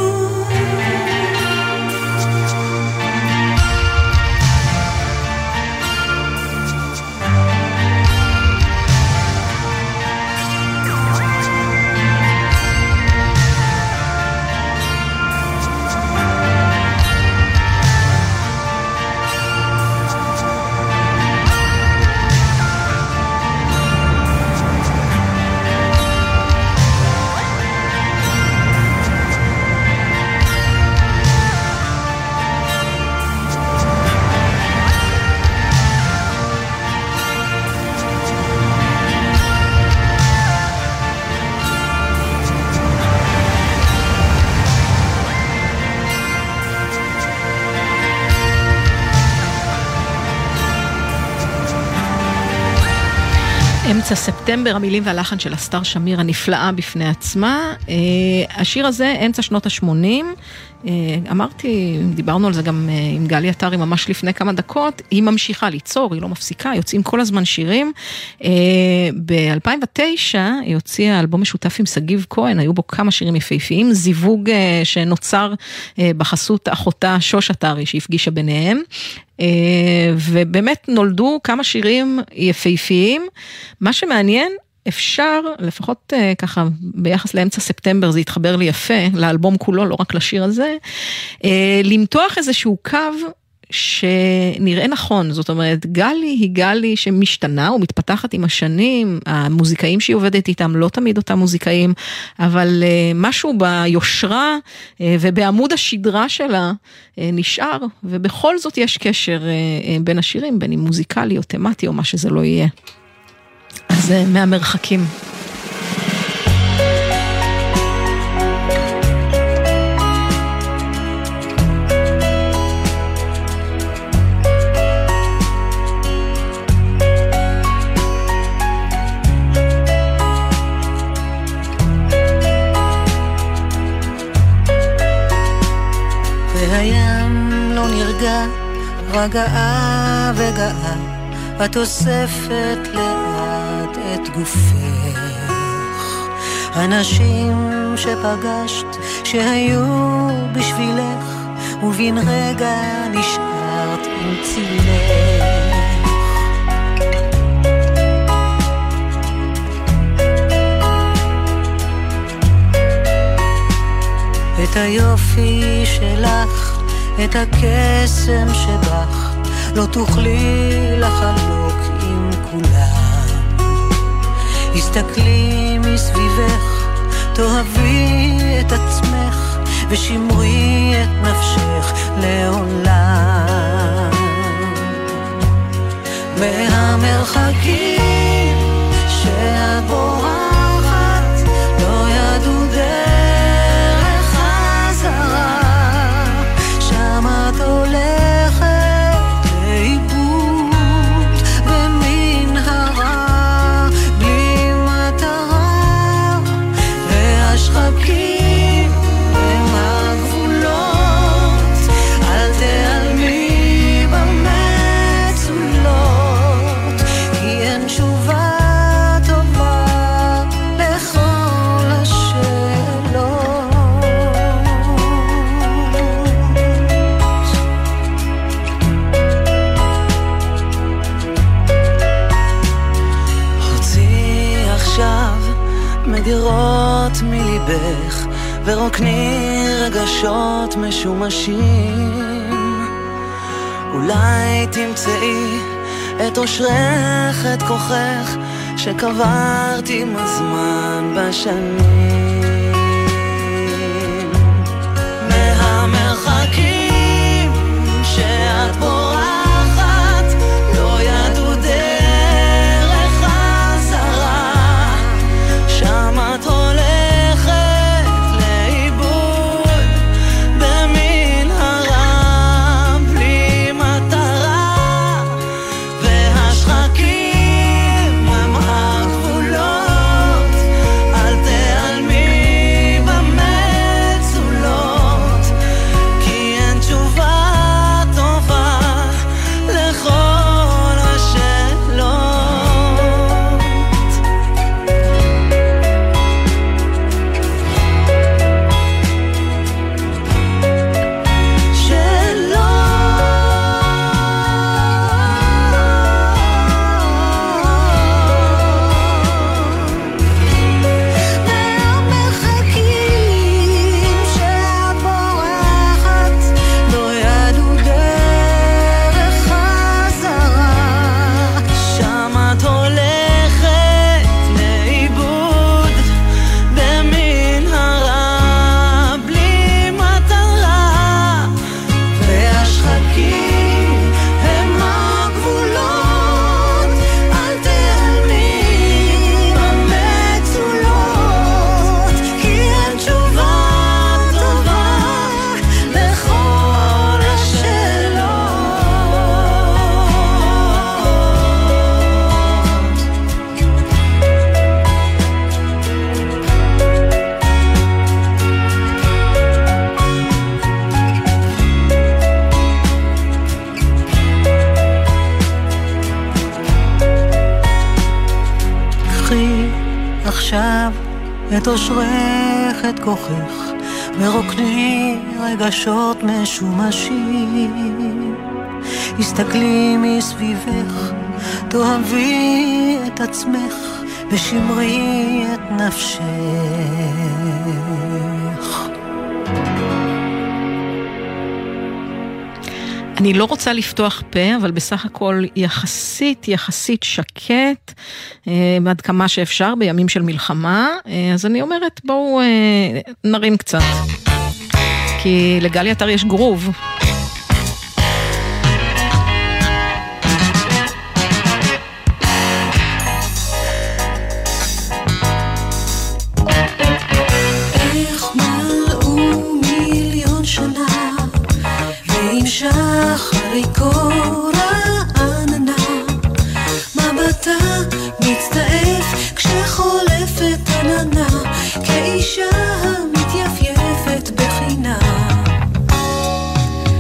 אמצע ספטמבר, המילים והלחן של אסתר שמיר הנפלאה בפני עצמה. השיר הזה, אמצע שנות ה-שמונים, אמרתי, דיברנו על זה גם עם גלי עטרי ממש לפני כמה דקות, היא ממשיכה ליצור, היא לא מפסיקה, יוצאים כל הזמן שירים. ב-אלפיים ותשע היא הוציאה אלבום משותף עם סגיב כהן, היו בו כמה שירים יפהפיים, זיווג שנוצר בחסות אחותה שוש עטרי שהפגישה ביניהם. ובאמת נולדו כמה שירים יפהפיים. מה שמעניין, אפשר, לפחות ככה ביחס לאמצע ספטמבר, זה יתחבר לי יפה, לאלבום כולו, לא רק לשיר הזה, למתוח איזשהו קו שנראה נכון. זאת אומרת, גלי היא גלי שמשתנה ומתפתחת עם השנים, המוזיקאים שהיא עובדת איתם לא תמיד אותם מוזיקאים, אבל משהו ביושרה ובעמוד השדרה שלה נשאר, ובכל זאת יש קשר בין השירים, בין אם מוזיקלי או תמטי או מה שזה לא יהיה. אז מהמרחקים. והים לא נרגע, רגעה וגעה, את אוספת לאט את גופך. אנשים שפגשת שהיו בשבילך, ובין רגע נשארת עם צילך. את היופי שלך, את הקסם שבך, לא תוכלי לחלוק עם כולם. הסתכלי מסביבך, תאהבי את עצמך, ושמרי את נפשך לעולם. מהמרחקים שאת בורחת, לא ידעו דרך חזרה, שם את הולכת לאיבוד במנהרה, בלי מטרה, והשחקים הם הגבולות, אל תעלמי במצולות, כי אין תשובה טובה לכל השאלות. הוציא עכשיו מגירות מליבך, ורוקני רגשות משומשים, אולי תמצאי את אושרך, את כוחך, שקברת עם הזמן בשנים. מהמרחקים שאת בורחת, לא ידעו דרך חזרה, שם את הולכת לאיבוד במנהרה, בלי מטרה, והשחקים הם הגבולות, אל תעלמי במצולות, כי אין תשובה טובה לכל השאלות. מהמרחקים שאת בורחת, לא ידעו דרך חזרה, שם את הולכת לאיבוד במנהרה, בלי מטרה, והשחקים הם הגבולות, אל תעלמי במצולות, כי אין תשובה טובה לכל קחי עכשיו את אושרך, את כוחך, ורוקני רגשות משומשים. הסתכלי מסביבך, תאהבי את עצמך, ושמרי את נפשך. אני לא רוצה לפתוח פה, אבל בסך הכל יחסית, יחסית שקט, אה, עד כמה שאפשר בימים של מלחמה, אה, אז אני אומרת בואו אה, נרים קצת, כי לגלי אתר יש גרוב. איך מלאו מיליון שנה, ועם שחרי קור העננה, מבטה מצטעף כשחולפת עננה, כאישה המתייפייפת בחינה.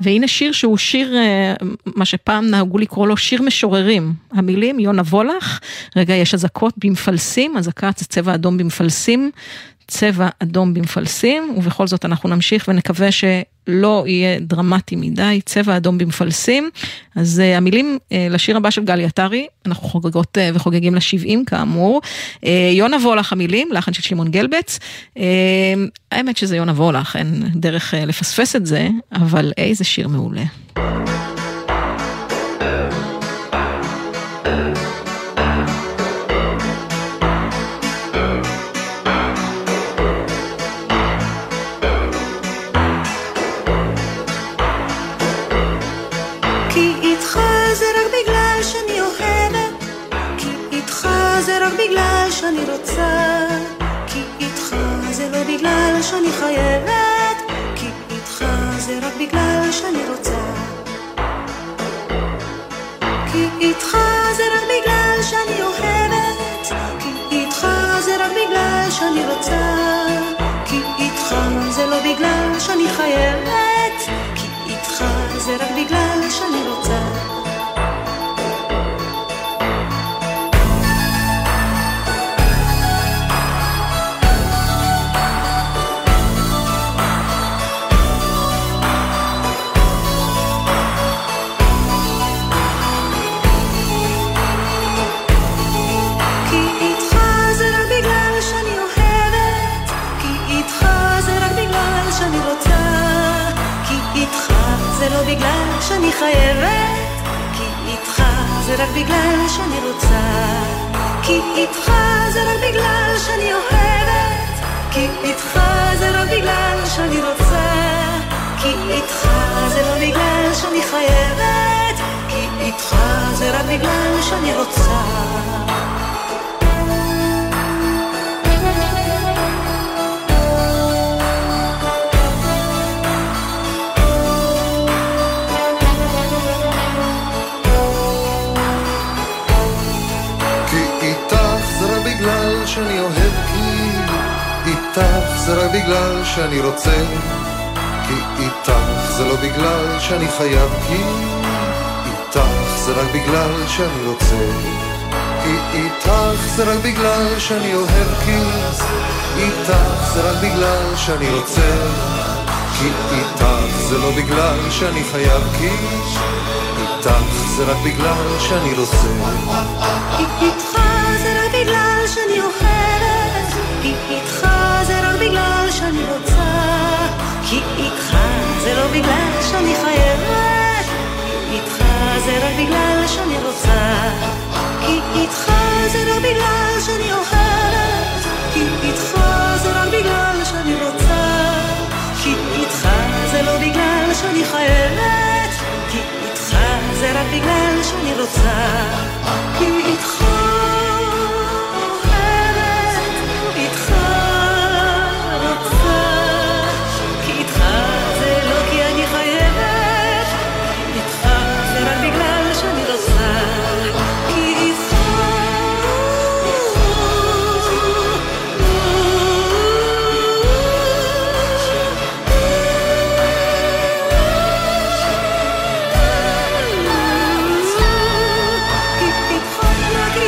והנה שיר שהוא שיר, מה שפעם נהגו לקרוא לו שיר משוררים. המילים, יונה וולך, רגע יש אזעקות במפלסים, אזעקת זה צבע אדום במפלסים, צבע אדום במפלסים, ובכל זאת אנחנו נמשיך ונקווה שלא יהיה דרמטי מדי, צבע אדום במפלסים. אז uh, המילים uh, לשיר הבא של גלי עטרי, אנחנו חוגגות uh, וחוגגים ל-שבעים כאמור. Uh, יונה וולך המילים, לחן של שמעון גלבץ. Uh, האמת שזה יונה וולך, אין דרך uh, לפספס את זה, אבל איזה שיר מעולה. שאני רוצה, כי איתך זה לא בגלל שאני חייבת, כי איתך זה רק בגלל שאני רוצה, כי איתך זה רק בגלל שאני אוהבת, כי איתך זה רק בגלל שאני רוצה, כי איתך זה לא בגלל שאני חייבת, כי איתך זה רק בגלל שאני רוצה. זה לא בגלל שאני חייבת, כי איתך זה רק בגלל שאני רוצה, כי איתך זה רק בגלל שאני אוהבת, כי איתך זה רק בגלל שאני רוצה, כי איתך זה לא בגלל שאני חייבת, כי איתך זה רק בגלל שאני רוצה. שאני אוהב, כי איתך זה רק בגלל שאני רוצה, כי איתך זה לא בגלל שאני חייב, כי איתך זה רק בגלל שאני רוצה, כי איתך זה רק בגלל שאני אוהב, כי איתך זה רק בגלל שאני רוצה, כי איתך זה לא בגלל שאני חייב, כי איתך זה רק בגלל שאני רוצה, כי איתך זה רק בגלל שאני אוהבת, כי איתך זה רק בגלל שאני רוצה, כי איתך זה לא בגלל שאני חייבת, כי איתך זה רק בגלל שאני רוצה, כי איתך זה לא בגלל שאני אוהבת, כי איתך זה רק בגלל שאני רוצה, כי איתך זה לא בגלל שאני חייבת, כי איתך זה רק בגלל שאני רוצה, כי איתך כי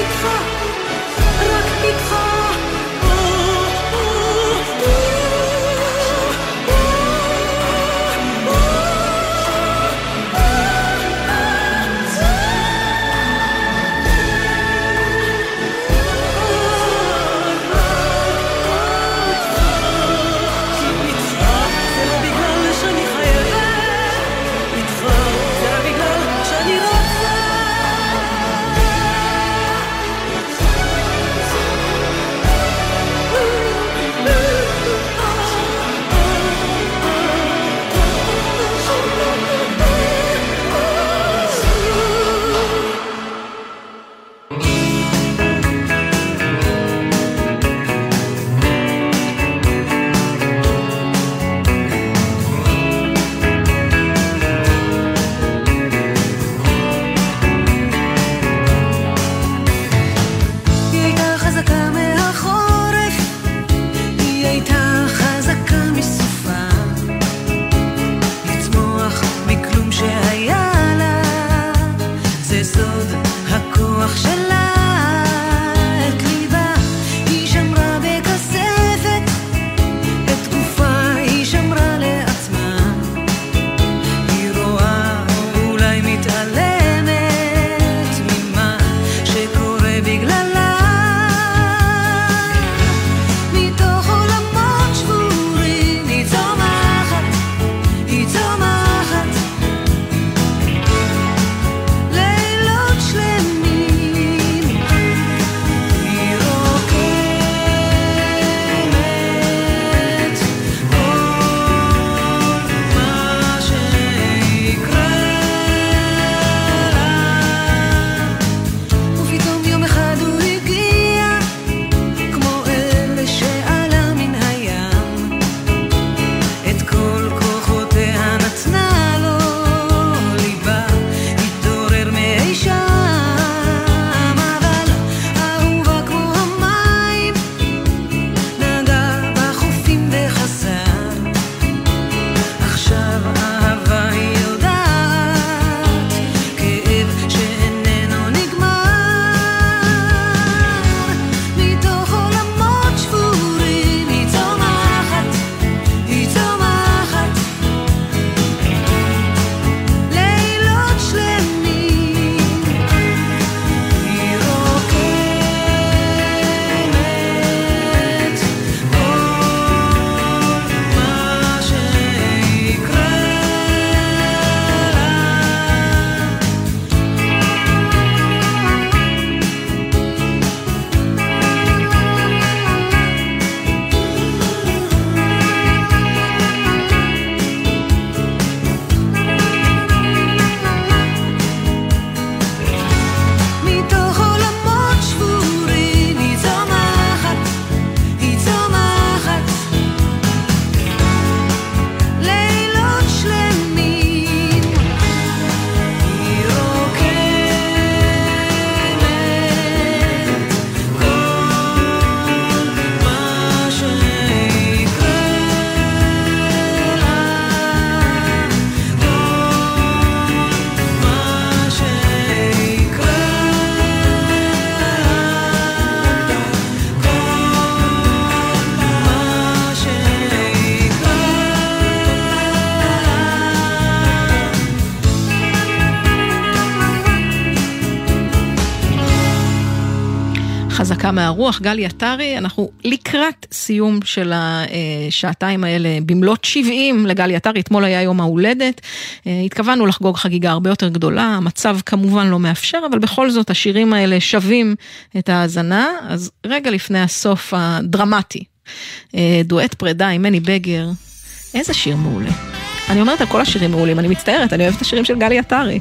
חזקה מהרוח, גלי עטרי. אנחנו לקראת סיום של השעתיים האלה במלאת שבעים לגלי עטרי. אתמול היה יום ההולדת, התכוונו לחגוג חגיגה הרבה יותר גדולה, המצב כמובן לא מאפשר, אבל בכל זאת השירים האלה שווים את ההאזנה. אז רגע לפני הסוף הדרמטי, דואט פרידה עם מני בגר, איזה שיר מעולה. אני אומרת על כל השירים מעולים, אני מצטערת, אני אוהבת את השירים של גלי עטרי.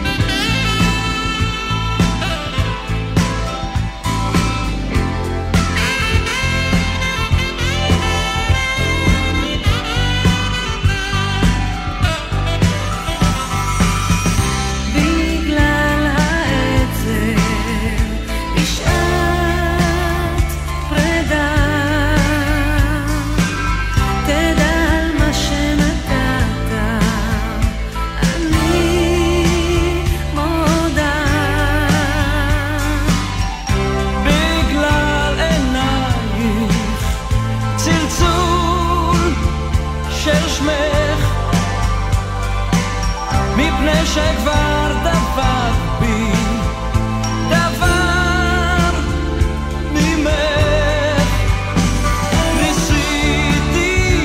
שכבר דבר בי, דבר ממך, ניסיתי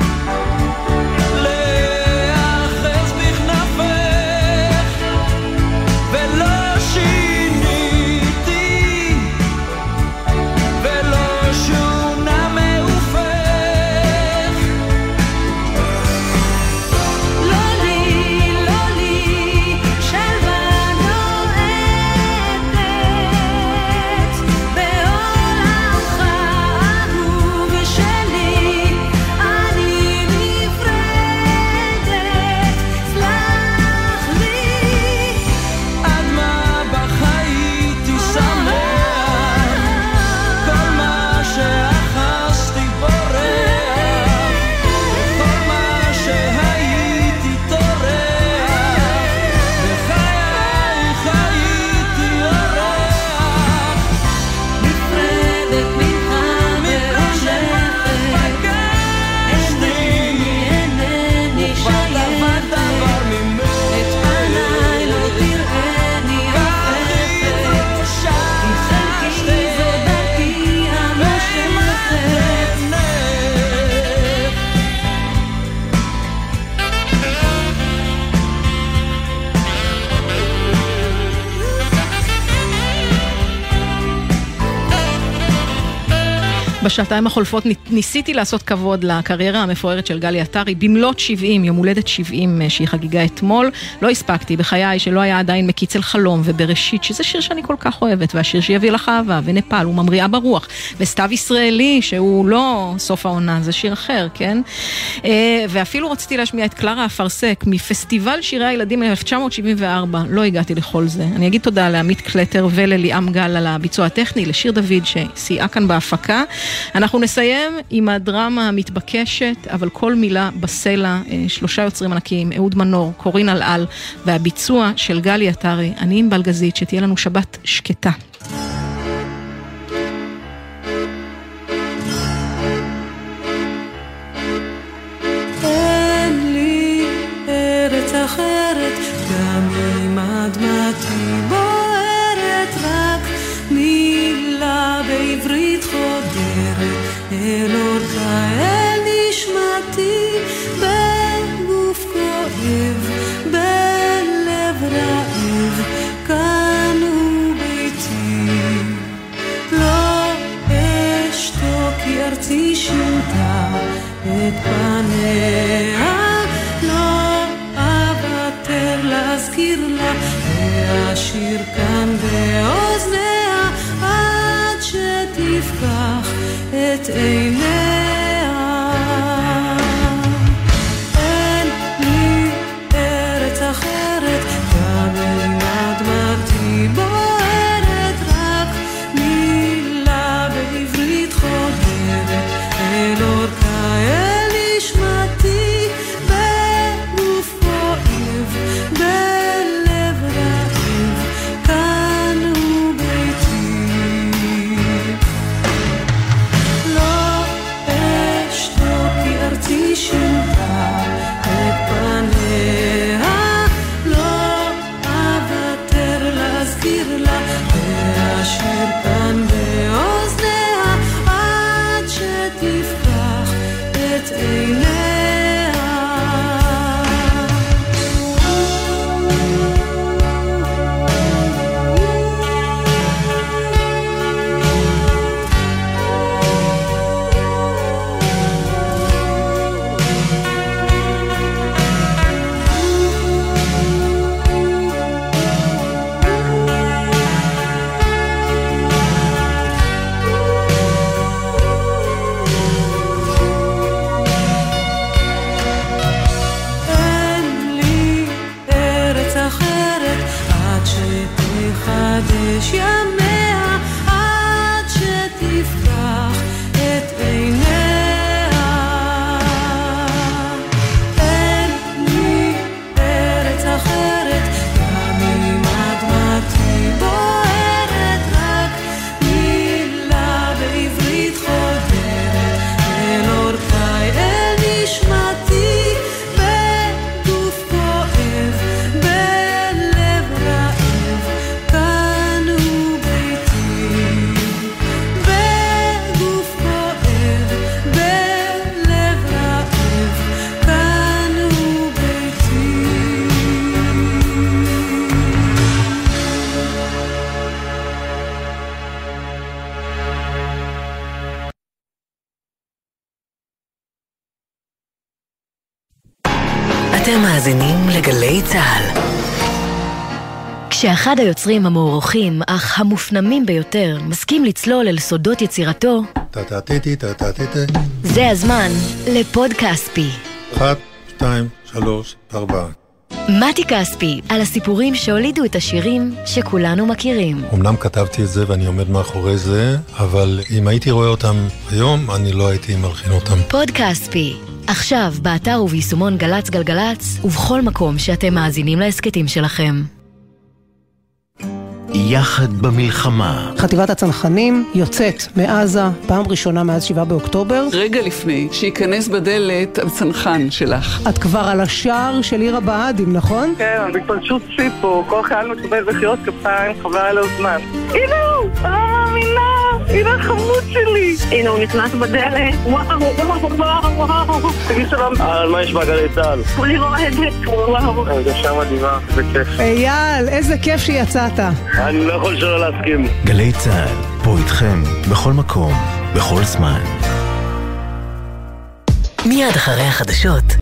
להאחז בכנפך ולא שיניתי ולא שונה מעופך. לא לי, לא לי שלווה נועדת בעולמך אהוב שלי, אני נפרדת, סלח לי. עד מה בחייתי שמח, כל מה שאחזתי בורח, כל מה שהייתי טורח, בחיי חייתי אורח. נפרדת ממך והולכת, אינני אינני שייכת, את פניי לא תראני עופפת, כי חלקי זו דרכי המושכת. בשעתיים החולפות ניסיתי לעשות כבוד לקריירה המפוארת של גלי עטרי, במלאת שבעים, יום הולדת שבעים שהיא חגיגה אתמול. לא הספקתי בחיי שלא היה עדיין מקיץ אל חלום ובראשית, שזה שיר שאני כל כך אוהבת, והשיר שיביא לך אהבה, ונפל וממריאה ברוח, וסתיו ישראלי שהוא לא סוף העונה, זה שיר אחר, כן? ואפילו רציתי להשמיע את קלרה אפרסק מפסטיבל שירי הילדים אלף תשע מאות שבעים וארבע, לא הגעתי לכל זה. אני אגיד תודה לעמית קלטר ולליאם גל על הביצוע הטכני, לשיר דוד שסייעה כאן בהפקה. אנחנו נסיים עם הדרמה המתבקשת, אבל כל מילה בסלע, שלושה יוצרים ענקיים, אהוד מנור, קורין אלעל, והביצוע של גלי עטרי. אני עם בלגזית, שתהיה לנו שבת שקטה. אין לי ארץ אחרת, גם אם אדמתי בוערת, רק מילה בעברית חודרת אל אורכה, אל נשמתי, בגוף כואב, בלב רעב, כאן הוא ביתי. לא אשתוק כי ארצי שינתה את פניה, לא אוותר להזכיר לה, להשאיר כאן באוזניה עד שתפקח את עיניה. אין לי ארץ אחרת, גם אם אדמתי בוערת, רק מילה בעברית חודרת אל אורכה, אל נשמתי, בגוף כואב, בלב רעב, כאן הוא ביתי. לא לחדש ימיה עד שתפקח את עיניה. אין לי ארץ אחרת, גם אם אדמתי בוערת, רק מילה בעברית חודרת אל אורכי, אל נשמתי, בגוף כואב, בלב רעב, כאן הוא ביתי. בגוף כואב, בלב רעב, כאן הוא ביתי. אתם מאזינים לגלי צהל. כשאחד היוצרים המוערוכים אך המופנמים ביותר מסכים לצלול אל סודות יצירתו, טה-טה-טי-טי, טה-טה-טי-טי. זה הזמן לפוד כספי. אחת, שתיים, שלוש, ארבע. מתי כספי, על הסיפורים שהולידו את השירים שכולנו מכירים. אמנם כתבתי את זה ואני עומד מאחורי זה, אבל אם הייתי רואה אותם היום, אני לא הייתי מלחין אותם. פוד כספי, עכשיו באתר וביישומון גלץ גלגלץ, ובכל מקום שאתם מאזינים להסקטים שלכם. יחד במלחמה. חטיבת הצנחנים יוצאת מעזה פעם ראשונה מאז שבעה באוקטובר. רגע לפני שיכנס בדלת הצנחן שלך. את כבר על השער של עיר הבה"דים, נכון? כן, בפלשות סיפו, כל חייל מקבל בחירות כפיים, חבל על הזמן. הנה הוא, אני לא מאמינה, הנה החמוד שלי. הנה הוא נכנס בדלת, וואו, וואו, וואו, וואו. תגיד שלום. על מה יש בגלי צהל? כולי רועדת, וואו. הרגשה מדהימה, זה כיף. אייל, איזה כיף שיצאת. אני לא יכול שלא להסכים. גלי צהל, פה איתכם, בכל מקום, בכל זמן. מיד אחרי החדשות